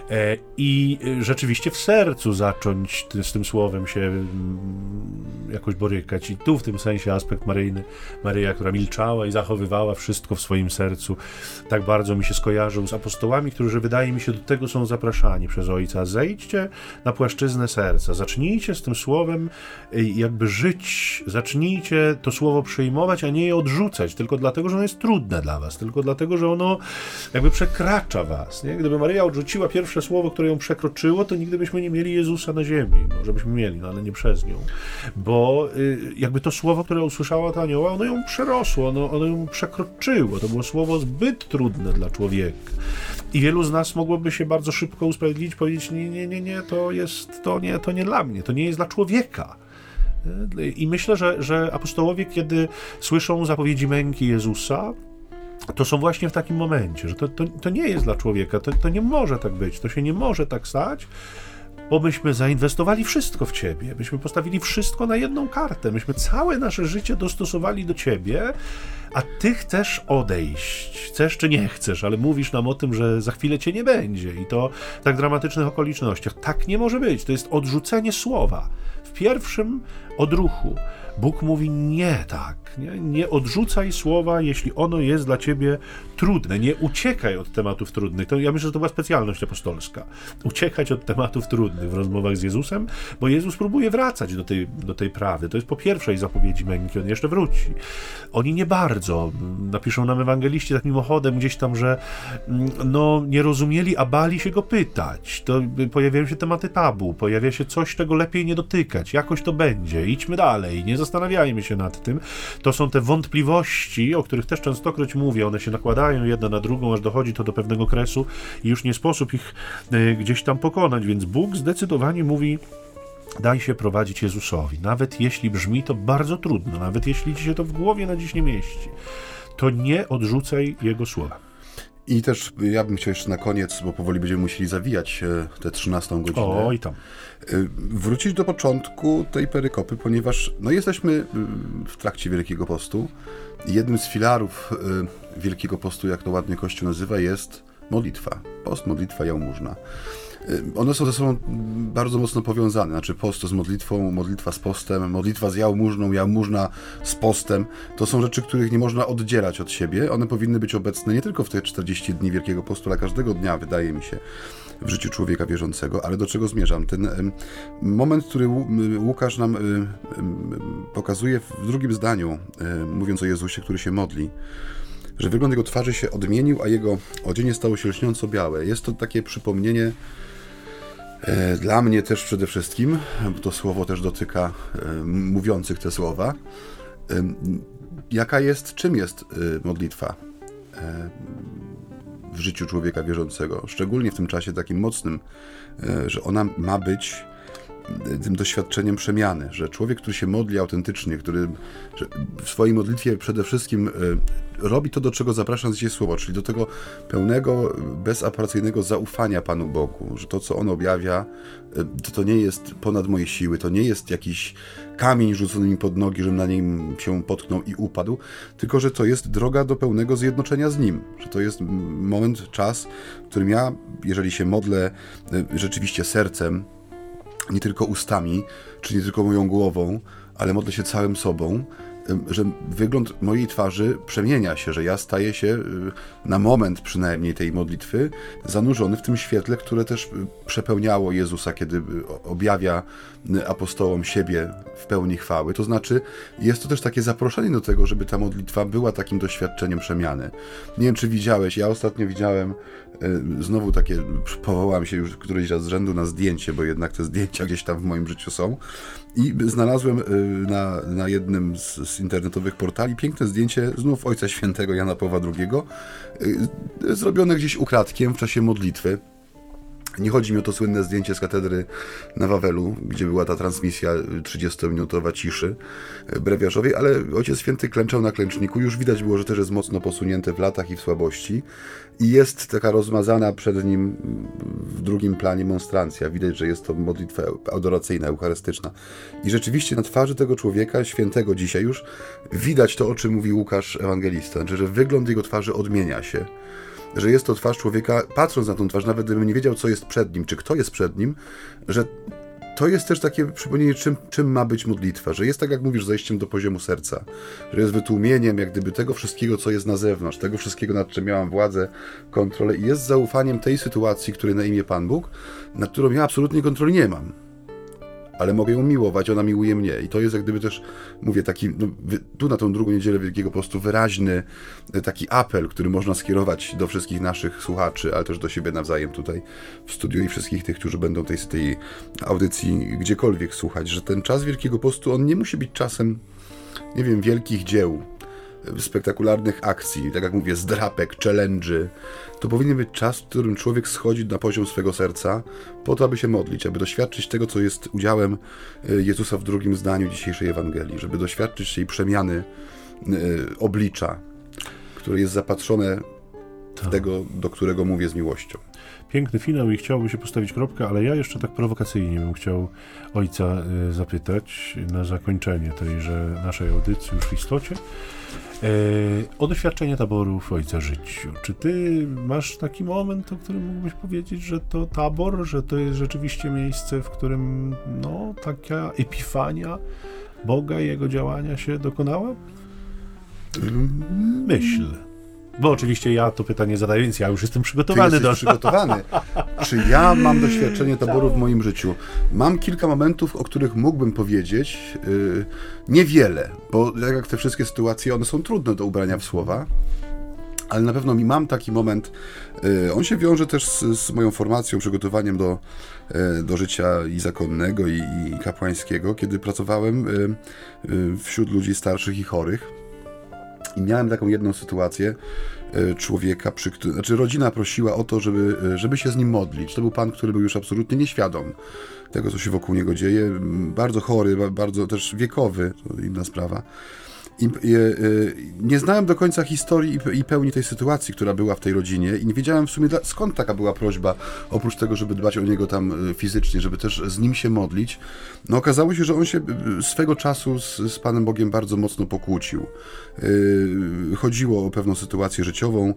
I rzeczywiście w sercu zacząć z tym słowem się jakoś borykać. I tu w tym sensie aspekt maryjny, Maryja, która milczała i zachowywała wszystko w swoim sercu, tak bardzo mi się skojarzył z apostołami, którzy, wydaje mi się, do tego są zapraszani przez Ojca. Zejdźcie na płaszczyznę serca, zacznijcie z tym słowem jakby żyć, zacznijcie to słowo przyjmować, a nie je odrzucać, tylko dlatego, że ono jest trudne dla was, tylko dlatego, że ono jakby przekracza was. Nie? Gdyby Maryja odrzuciła pierwsze słowo, które ją przekroczyło, to nigdy byśmy nie mieli Jezusa na ziemi. Może byśmy mieli, ale nie przez nią. Bo jakby to słowo, które usłyszała ta anioła, ono ją przerosło, ono ją przekroczyło. To było słowo zbyt trudne dla człowieka. I wielu z nas mogłoby się bardzo szybko usprawiedliwić, powiedzieć, nie, to nie dla mnie, to nie jest dla człowieka. I myślę, że apostołowie, kiedy słyszą zapowiedzi męki Jezusa, to są właśnie w takim momencie, że to nie jest dla człowieka, to nie może tak być, to się nie może tak stać, bo myśmy zainwestowali wszystko w Ciebie, myśmy postawili wszystko na jedną kartę, myśmy całe nasze życie dostosowali do Ciebie, a Ty chcesz odejść, chcesz czy nie chcesz, ale mówisz nam o tym, że za chwilę Cię nie będzie i to w tak dramatycznych okolicznościach. Tak nie może być, to jest odrzucenie słowa. W pierwszym odruchu. Bóg mówi nie tak, nie odrzucaj słowa, jeśli ono jest dla ciebie trudne, nie uciekaj od tematów trudnych. Ja myślę, że to była specjalność apostolska. Uciekać od tematów trudnych w rozmowach z Jezusem, bo Jezus próbuje wracać do tej prawdy. To jest po pierwszej zapowiedzi męki, on jeszcze wróci. Oni nie bardzo, napiszą nam ewangeliści tak mimochodem gdzieś tam, że nie rozumieli, a bali się go pytać. To pojawiają się tematy tabu, pojawia się coś, czego lepiej nie dotykać. Jakoś to będzie, idźmy dalej, nie zastanawiajmy się nad tym. To są te wątpliwości, o których też częstokroć mówię, one się nakładają jedna na drugą, aż dochodzi to do pewnego kresu i już nie sposób ich gdzieś tam pokonać, więc Bóg zdecydowanie mówi: daj się prowadzić Jezusowi, nawet jeśli brzmi to bardzo trudno, nawet jeśli ci się to w głowie na dziś nie mieści, to nie odrzucaj Jego słowa. I też ja bym chciał jeszcze na koniec, bo powoli będziemy musieli zawijać tę 13 godzinę. Oj tam. Wrócić do początku tej perykopy, ponieważ jesteśmy w trakcie Wielkiego Postu. Jednym z filarów Wielkiego Postu, jak to ładnie Kościół nazywa, jest modlitwa. Post, modlitwa, jałmużna. One są ze sobą bardzo mocno powiązane. Znaczy post to z modlitwą, modlitwa z postem, modlitwa z jałmużną, jałmużna z postem. To są rzeczy, których nie można oddzielać od siebie. One powinny być obecne nie tylko w te 40 dni Wielkiego Postu, ale każdego dnia, wydaje mi się, w życiu człowieka wierzącego. Ale do czego zmierzam? Ten moment, który Łukasz nam pokazuje w drugim zdaniu, mówiąc o Jezusie, który się modli, że wygląd jego twarzy się odmienił, a jego odzienie stało się lśniąco białe. Jest to takie przypomnienie dla mnie też przede wszystkim, bo to słowo też dotyka mówiących te słowa, czym jest modlitwa w życiu człowieka wierzącego, szczególnie w tym czasie takim mocnym, że ona ma być tym doświadczeniem przemiany, że człowiek, który się modli autentycznie, który w swojej modlitwie przede wszystkim robi to, do czego zaprasza nas dzisiaj słowo, czyli do tego pełnego, bezapelacyjnego zaufania Panu Bogu, że to, co On objawia, to nie jest ponad moje siły, to nie jest jakiś kamień rzucony mi pod nogi, żebym na nim się potknął i upadł, tylko że to jest droga do pełnego zjednoczenia z Nim, że to jest moment, czas, w którym ja, jeżeli się modlę rzeczywiście sercem, nie tylko ustami, czy nie tylko moją głową, ale modlę się całym sobą, że wygląd mojej twarzy przemienia się, że ja staję się na moment przynajmniej tej modlitwy zanurzony w tym świetle, które też przepełniało Jezusa, kiedy objawia apostołom siebie w pełni chwały. To znaczy, jest to też takie zaproszenie do tego, żeby ta modlitwa była takim doświadczeniem przemiany. Nie wiem, czy widziałeś, ja ostatnio widziałem znowu takie, powołałem się już któryś raz z rzędu na zdjęcie, bo jednak te zdjęcia gdzieś tam w moim życiu są, i znalazłem na jednym z internetowych portali piękne zdjęcie znów Ojca Świętego Jana Pawła II, zrobione gdzieś ukradkiem w czasie modlitwy. Nie chodzi mi o to słynne zdjęcie z katedry na Wawelu, gdzie była ta transmisja 30-minutowa ciszy brewiarzowej, ale Ojciec Święty klęczał na klęczniku. Już widać było, że też jest mocno posunięty w latach i w słabości. I jest taka rozmazana przed nim w drugim planie monstrancja. Widać, że jest to modlitwa adoracyjna, eucharystyczna. I rzeczywiście na twarzy tego człowieka, świętego dzisiaj już, widać to, o czym mówi Łukasz Ewangelista. Znaczy, że wygląd jego twarzy odmienia się. Że jest to twarz człowieka, patrząc na tą twarz, nawet gdybym nie wiedział, co jest przed nim, czy kto jest przed nim, że to jest też takie przypomnienie, czym ma być modlitwa, że jest, tak jak mówisz, zejściem do poziomu serca, że jest wytłumieniem jak gdyby tego wszystkiego, co jest na zewnątrz, tego wszystkiego, nad czym miałam władzę, kontrolę, i jest zaufaniem tej sytuacji, której na imię Pan Bóg, nad którą ja absolutnie kontroli nie mam. Ale mogę ją miłować, ona miłuje mnie. I to jest jak gdyby też, mówię, taki, tu na tą drugą niedzielę Wielkiego Postu wyraźny taki apel, który można skierować do wszystkich naszych słuchaczy, ale też do siebie nawzajem tutaj w studiu i wszystkich tych, którzy będą tej audycji gdziekolwiek słuchać, że ten czas Wielkiego Postu, on nie musi być czasem, nie wiem, wielkich dzieł, spektakularnych akcji, tak jak mówię, zdrapek, challenge'y. To powinien być czas, w którym człowiek schodzi na poziom swego serca po to, aby się modlić, aby doświadczyć tego, co jest udziałem Jezusa w drugim zdaniu dzisiejszej Ewangelii, żeby doświadczyć tej przemiany oblicza, które jest zapatrzone w tego, do którego mówię z miłością. Piękny finał i chciałby się postawić kropkę, ale ja jeszcze tak prowokacyjnie bym chciał ojca zapytać na zakończenie tejże naszej audycji już w istocie o doświadczenie taboru w Ojca życiu. Czy ty masz taki moment, o którym mógłbyś powiedzieć, że to tabor, że to jest rzeczywiście miejsce, w którym taka epifania Boga i Jego działania się dokonała? Myśl. Bo oczywiście ja to pytanie zadaję, więc ja już jestem przygotowany. Przygotowany. Czy ja mam doświadczenie taboru w moim życiu? Mam kilka momentów, o których mógłbym powiedzieć. Niewiele, bo jak te wszystkie sytuacje, one są trudne do ubrania w słowa. Ale na pewno mam taki moment, on się wiąże też z moją formacją, przygotowaniem do życia i zakonnego, i kapłańskiego, kiedy pracowałem wśród ludzi starszych i chorych. I miałem taką jedną sytuację człowieka, rodzina prosiła o to, żeby się z nim modlić. To był pan, który był już absolutnie nieświadom tego, co się wokół niego dzieje. Bardzo chory, bardzo też wiekowy, to inna sprawa. Nie znałem do końca historii i pełni tej sytuacji, która była w tej rodzinie i nie wiedziałem w sumie skąd taka była prośba, oprócz tego, żeby dbać o niego tam fizycznie, żeby też z nim się modlić. No okazało się, że on się swego czasu z Panem Bogiem bardzo mocno pokłócił. Chodziło o pewną sytuację życiową,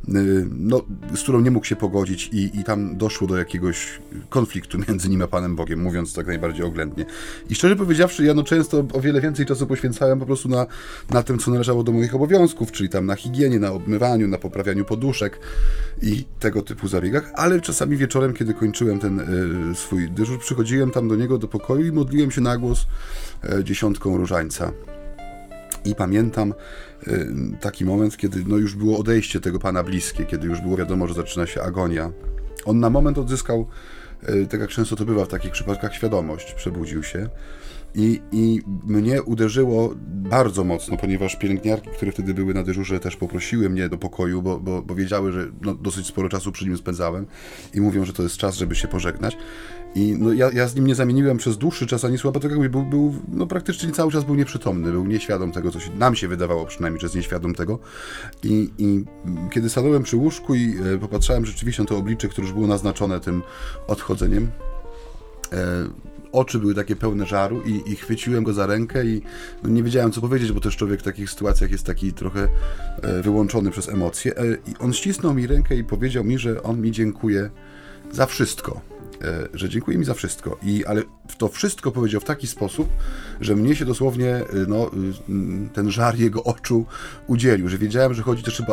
z którą nie mógł się pogodzić i tam doszło do jakiegoś konfliktu między nim a Panem Bogiem, mówiąc tak najbardziej oględnie. I szczerze powiedziawszy, ja często o wiele więcej czasu poświęcałem po prostu na tym, co należało do moich obowiązków, czyli tam na higienie, na obmywaniu, na poprawianiu poduszek i tego typu zabiegach, ale czasami wieczorem, kiedy kończyłem ten swój dyżur, przychodziłem tam do niego do pokoju i modliłem się na głos 10 różańca. I pamiętam taki moment, kiedy już było odejście tego Pana bliskie, kiedy już było wiadomo, że zaczyna się agonia. On na moment odzyskał, tak jak często to bywa w takich przypadkach, świadomość, przebudził się. I mnie uderzyło bardzo mocno, ponieważ pielęgniarki, które wtedy były na dyżurze, też poprosiły mnie do pokoju, bo wiedziały, że dosyć sporo czasu przy nim spędzałem i mówią, że to jest czas, żeby się pożegnać. I ja z nim nie zamieniłem przez dłuższy czas ani słowa, tylko był praktycznie cały czas był nieprzytomny, był nieświadom tego, co nam się wydawało przynajmniej, że jest nieświadom tego. I kiedy stanąłem przy łóżku i popatrzałem rzeczywiście na to oblicze, które już było naznaczone tym odchodzeniem, oczy były takie pełne żaru i chwyciłem go za rękę i nie wiedziałem, co powiedzieć, bo też człowiek w takich sytuacjach jest taki trochę wyłączony przez emocje. I on ścisnął mi rękę i powiedział mi, że on mi dziękuje za wszystko. Że dziękuję mi za wszystko. Ale to wszystko powiedział w taki sposób, że mnie się dosłownie ten żar jego oczu udzielił, że wiedziałem, że chodzi też chyba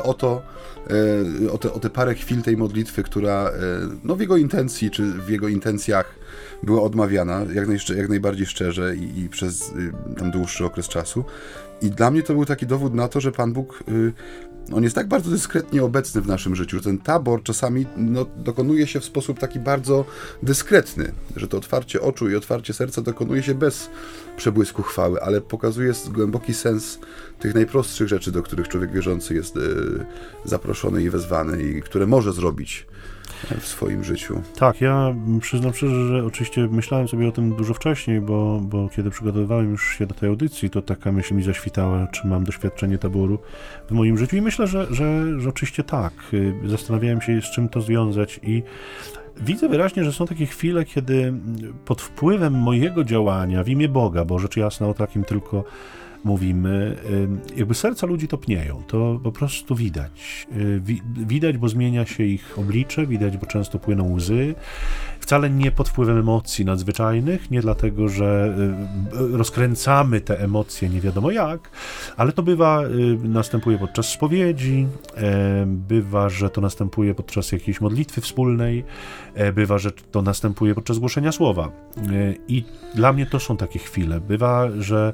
o te parę chwil tej modlitwy, która w jego intencji, czy w jego intencjach była odmawiana jak najbardziej szczerze i przez tam dłuższy okres czasu. I dla mnie to był taki dowód na to, że Pan Bóg on jest tak bardzo dyskretnie obecny w naszym życiu, że ten tabor czasami dokonuje się w sposób taki bardzo dyskretny, że to otwarcie oczu i otwarcie serca dokonuje się bez przebłysku chwały, ale pokazuje głęboki sens tych najprostszych rzeczy, do których człowiek wierzący jest zaproszony i wezwany i które może zrobić w swoim życiu. Tak, ja przyznam szczerze, że oczywiście myślałem sobie o tym dużo wcześniej, bo kiedy przygotowywałem już się do tej audycji, to taka myśl mi zaświtała, czy mam doświadczenie taboru w moim życiu i myślę, że oczywiście tak. Zastanawiałem się, z czym to związać i widzę wyraźnie, że są takie chwile, kiedy pod wpływem mojego działania w imię Boga, bo rzecz jasna o takim tylko mówimy, jakby serca ludzi topnieją, to po prostu widać. Widać, bo zmienia się ich oblicze, widać, bo często płyną łzy. Wcale nie pod wpływem emocji nadzwyczajnych, nie dlatego, że rozkręcamy te emocje nie wiadomo jak, ale to następuje podczas spowiedzi, bywa, że to następuje podczas jakiejś modlitwy wspólnej, bywa, że to następuje podczas głoszenia słowa. I dla mnie to są takie chwile. Bywa,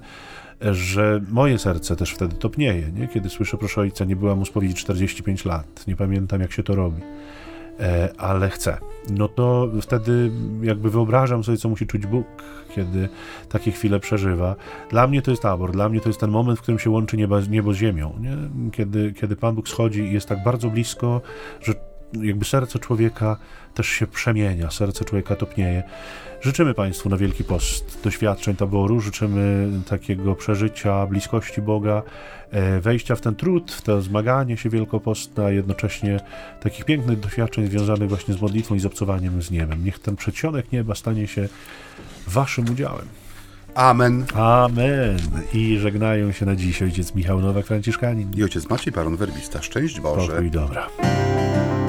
że moje serce też wtedy topnieje, nie? Kiedy słyszę, proszę ojca, nie byłam u spowiedzi 45 lat, nie pamiętam, jak się to robi, ale chcę. No to wtedy jakby wyobrażam sobie, co musi czuć Bóg, kiedy takie chwile przeżywa. Dla mnie to jest tabor, dla mnie to jest ten moment, w którym się łączy niebo z ziemią, nie? Kiedy Pan Bóg schodzi i jest tak bardzo blisko, że jakby serce człowieka też się przemienia, serce człowieka topnieje. Życzymy Państwu na Wielki Post doświadczeń taboru, życzymy takiego przeżycia bliskości Boga, wejścia w ten trud, w to zmaganie się wielkopostne, a jednocześnie takich pięknych doświadczeń związanych właśnie z modlitwą i z obcowaniem z niebem. Niech ten przedsionek nieba stanie się Waszym udziałem. Amen. Amen. I żegnają się na dziś ojciec Michał Nowak, franciszkanin. I ojciec Maciej Baron Werbista. Szczęść Boże. Pokój dobra.